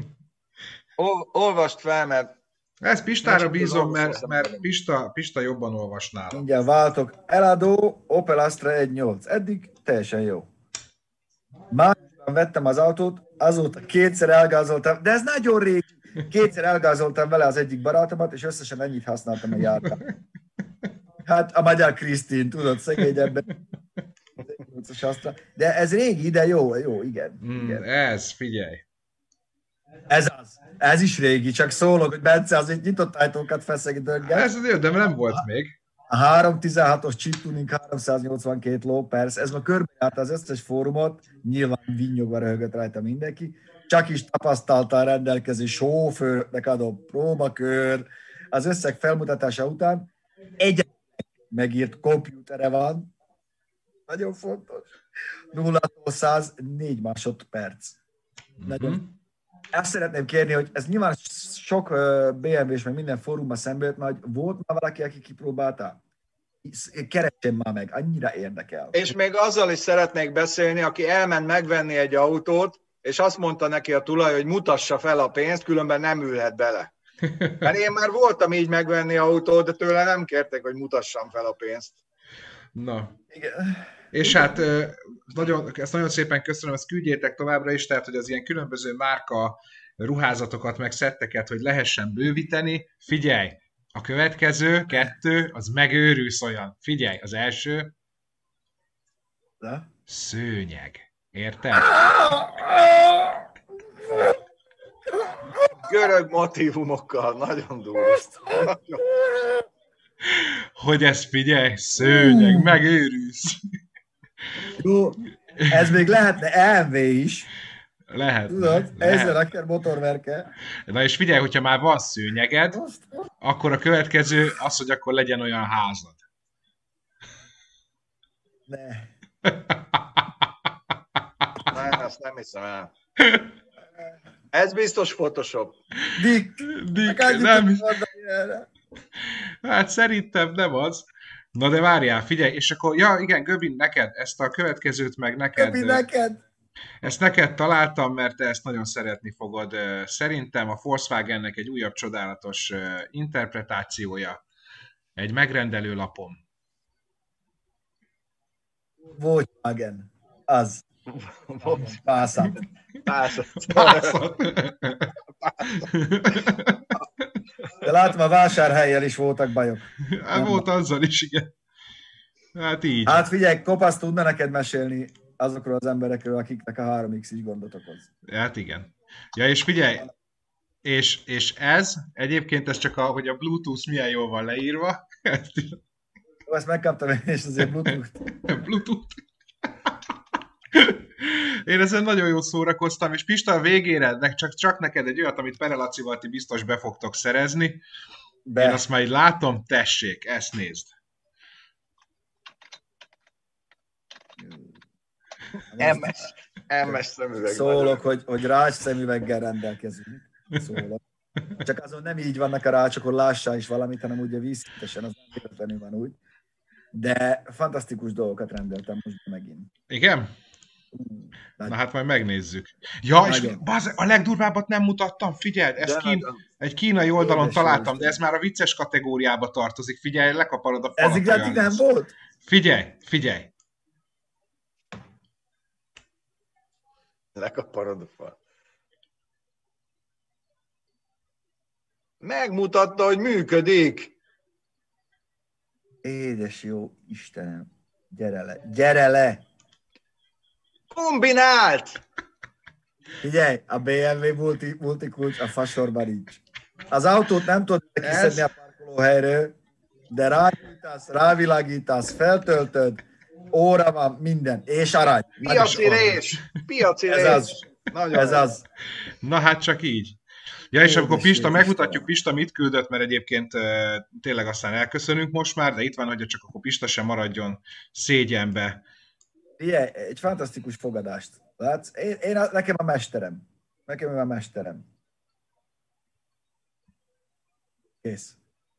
Olvast fel, mert... Ezt Pistára bízom, mert Pista jobban olvas nálam. Mindjárt váltok. Eladó, Opel Astra 1.8. Eddig teljesen jó. Márciusban vettem az autót, azóta kétszer elgázoltam, de ez nagyon régi. Kétszer elgázoltam vele az egyik barátomat, és összesen ennyit használtam a jártán. Hát a Magyar Krisztin, tudod, szegény ember. De ez régi, de jó, igen. Igen. Ez, figyelj. Ez is régi, csak szólok, hogy Bence azért nyitott ajtókat feszeg döggel. Ez jó, de nem volt még. A 316-os chip tuning 382 ló, persze. Ez ma körbejárta az összes fórumot, nyilván vinnyogva röhögött rajta mindenki. Csak is tapasztalta a rendelkező sofőrnek adott próbakör. Az összeg felmutatása után egyetlen megírt kompjútere van. Nagyon fontos. 0-100 4 másodperc. Nagyon. Azt szeretném kérni, hogy ez nyilván sok BMW-s, meg minden fórumban szembe jött, hogy volt már valaki, aki kipróbálta? Keressen már meg, annyira érdekel. És még azzal is szeretnék beszélni, aki elment megvenni egy autót, és azt mondta neki a tulaj, hogy mutassa fel a pénzt, különben nem ülhet bele. Mert én már voltam így megvenni autót, de tőle nem kérték, hogy mutassam fel a pénzt. Na. Igen. És hát ezt nagyon szépen köszönöm, ezt küldjétek továbbra is, tehát hogy az ilyen különböző márka ruházatokat, meg szetteket, hogy lehessen bővíteni. Figyelj, a következő 2, az megőrülsz olyan. Figyelj, az első szőnyeg. Érted? Görög motívumokkal, nagyon durva. Hogy ez, figyelj, szőnyeg, megőrülsz. Jó, ez még lehetne LV is. Lehet. Tudod, ezzel akár motorverke. Na és figyelj, hogyha már van szőnyeged, akkor a következő az, hogy akkor legyen olyan házad. Ne. Nem, ezt nem hiszem el. Ez biztos Photoshop. Dick, nem. Hát szerintem nem az. Na de várjál, figyelj, és akkor, ja igen, Göbi, neked, ezt a következőt meg neked... Göbi, neked! Ezt neked találtam, mert te ezt nagyon szeretni fogod. Szerintem a Volkswagennek egy újabb csodálatos interpretációja. Egy megrendelő lapom. Volkswagen. Az. Pászat. De látom, a vásárhelyen is voltak bajok. Hát volt azzal is, igen. Hát így. Hát figyelj, Kopasz tudna neked mesélni azokról az emberekről, akiknek a 3X is gondot okoz. Hát igen. Ja, és figyelj, és ez, egyébként ez csak hogy a Bluetooth milyen jól van leírva. Ezt megkaptam én is azért Bluetooth. Én ezen nagyon jól szórakoztam, és Pista, a végére csak neked egy olyat, amit Pere Lacival ti biztos be fogtok szerezni. Én azt már így látom, tessék, ezt nézd. MS szemüveg. Szólok, hogy rács szemüveggel rendelkezünk. Szólok. Csak azon nem így vannak a rácsok, lássál is valamit, hanem ugye vízszintesen, az nem véletlenül van úgy. De fantasztikus dolgokat rendeltem most megint. Igen? Na hát majd megnézzük. Ja, és a legdurvábbat nem mutattam, figyeld, ezt egy kínai oldalon találtam, de ez már a vicces kategóriába tartozik. Figyelj, lekaparod a falat. Ez igazán nem volt? Figyelj. Lekaparod a falat. Megmutatta, hogy működik. Édes jó Istenem. Gyere le! Kombinált! Figyelj, a BMW multikulcs a fasorban nincs. Az autót nem tudod kiszedni a parkolóhelyről, de rávilágítasz, feltöltöd, óra van, minden, és arany. Piaci rés! Ez az. Na hát csak így. Ja, és akkor Pista, megmutatjuk Pista mit küldött, mert egyébként tényleg aztán elköszönünk most már, de itt van, hogy csak akkor Pista sem maradjon szégyenbe. Igen, egy fantasztikus fogadást. Látsz? Nekem a mesterem. Kész.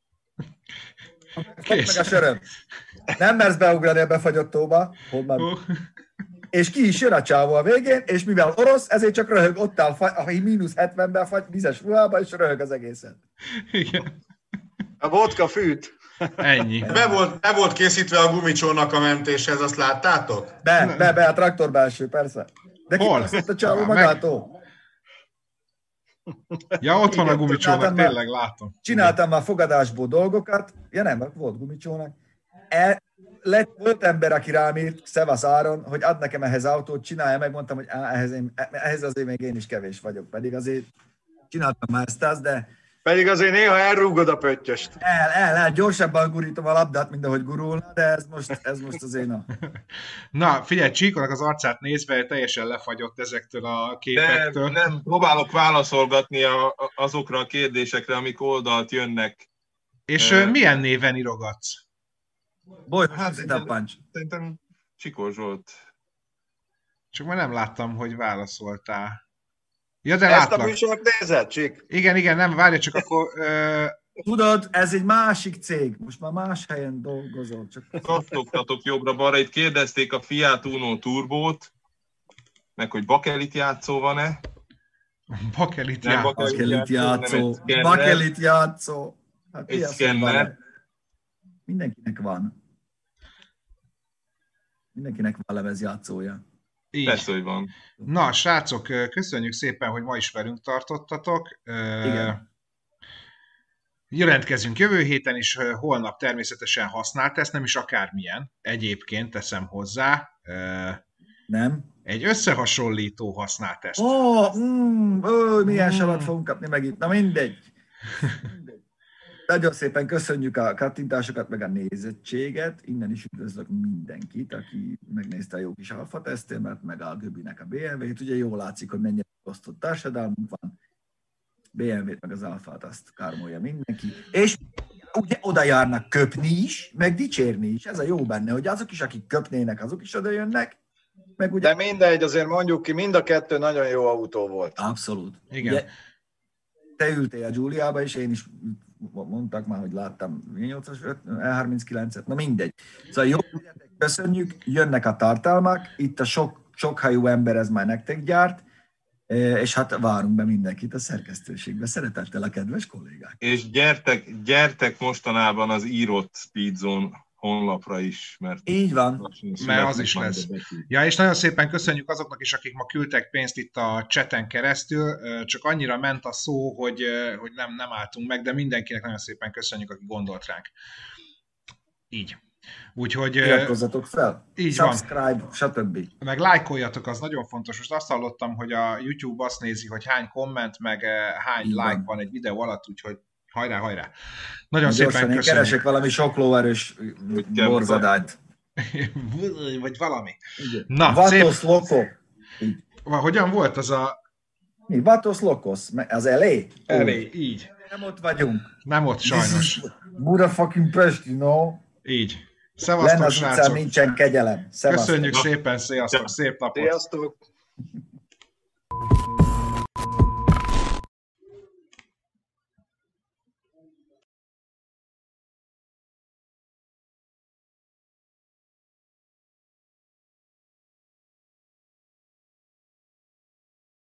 Meg a söröm. Nem mersz beugrani a befagyott tóba. És ki is jön a csávó a végén, és mivel orosz, ezért csak röhög, ott áll a -70-ben fagy, vizes ruhába, és röhög az egészet. Igen. A vodka fűt. Ennyi. Be volt készítve a gumicsónak a mentéshez, azt láttátok? Be, a traktor belső, persze. De kipaszott a csávó magától. Ja, ott van a gumicsónak, tényleg látom. Csináltam már fogadásból dolgokat, ja nem, volt gumicsónak. Volt ember, aki rám írt, Szevasz Áron, hogy add nekem ehhez autót, csinálja meg, mondtam, hogy ehhez azért még én is kevés vagyok, pedig azért csináltam már ezt, de... Pedig azért néha elrúgod a pöttyöst. Gyorsabban gurítom a labdát, mint ahogy gurulna, de ez most az én a... Na, figyelj, Csíkonak az arcát nézve teljesen lefagyott ezektől a képektől. Nem, próbálok válaszolgatni azokra a kérdésekre, amik oldalt jönnek. És milyen néven írogatsz? Szerintem Csikó Zsolt. Csak már nem láttam, hogy válaszoltál. Ja, de ezt látlak. A műsort nézed, Csik? Igen, nem, várj, csak akkor... Tudod, ez egy másik cég, most már más helyen dolgozol. Kattogtatok jobbra-balra, itt kérdezték a Fiat Uno Turbót, meg hogy bakelit játszó van-e? Bakelit játszó. Hát egy szkenner. Mindenkinek van lemezjátszója. Így. Persze, hogy van. Na, srácok, köszönjük szépen, hogy ma is velünk tartottatok. Igen. Jelentkezünk jövő héten is, holnap természetesen használt ezt, nem is akármilyen. Egyébként teszem hozzá. Nem? Egy összehasonlító használt ezt. Milyen savat fogunk kapni megint. Na mindegy. Nagyon szépen köszönjük a kattintásokat, meg a nézettséget. Innen is üdvözlök mindenkit, aki megnézte a jó kis alfa tesztémet, meg a Göbinek a BMW-t. Ugye jól látszik, hogy mennyire osztott társadalmunk van. BMW-t, meg az alfát, azt kármolja mindenki. És ugye oda járnak köpni is, meg dicsérni is. Ez a jó benne, hogy azok is, akik köpnének, azok is oda jönnek. Meg ugye... De mindegy, azért mondjuk ki, mind a kettő nagyon jó autó volt. Abszolút. Igen. Ugye, te ültél a Giuliába, és én is mondtak már, hogy láttam V8-as, E39-et, na mindegy. Szóval jó, köszönjük, jönnek a tartalmak, itt a sokhajú ember, ez már nektek gyárt, és hát várunk be mindenkit a szerkesztőségbe. Szeretettel a kedves kollégák. És gyertek mostanában az írott Speedzone honlapra is, mert... Így van. Mert az is lesz. Ja, és nagyon szépen köszönjük azoknak is, akik ma küldtek pénzt itt a chaten keresztül, csak annyira ment a szó, hogy nem álltunk meg, de mindenkinek nagyon szépen köszönjük, aki gondolt ránk. Így. Úgyhogy... Iratkozzatok fel, így subscribe, van. Stb. Meg lájkoljatok, az nagyon fontos. Most azt hallottam, hogy a YouTube azt nézi, hogy hány komment, meg hány like van egy videó alatt, úgyhogy hajrá. Nagyon szépen köszönjük. Én keresek valami sok lóerős borzadányt. Vagy valami. Na, Vatos Loco. Hogyan volt az a... Mi? Vatos Locos? Az elé? Elé, így. Nem ott vagyunk. Nem ott, sajnos. Buda fucking Pest, you know? Így. Szevasztok, srácok. Nincsen kegyelem. Köszönjük szépen, sziasztok, szép napot. Sziasztok.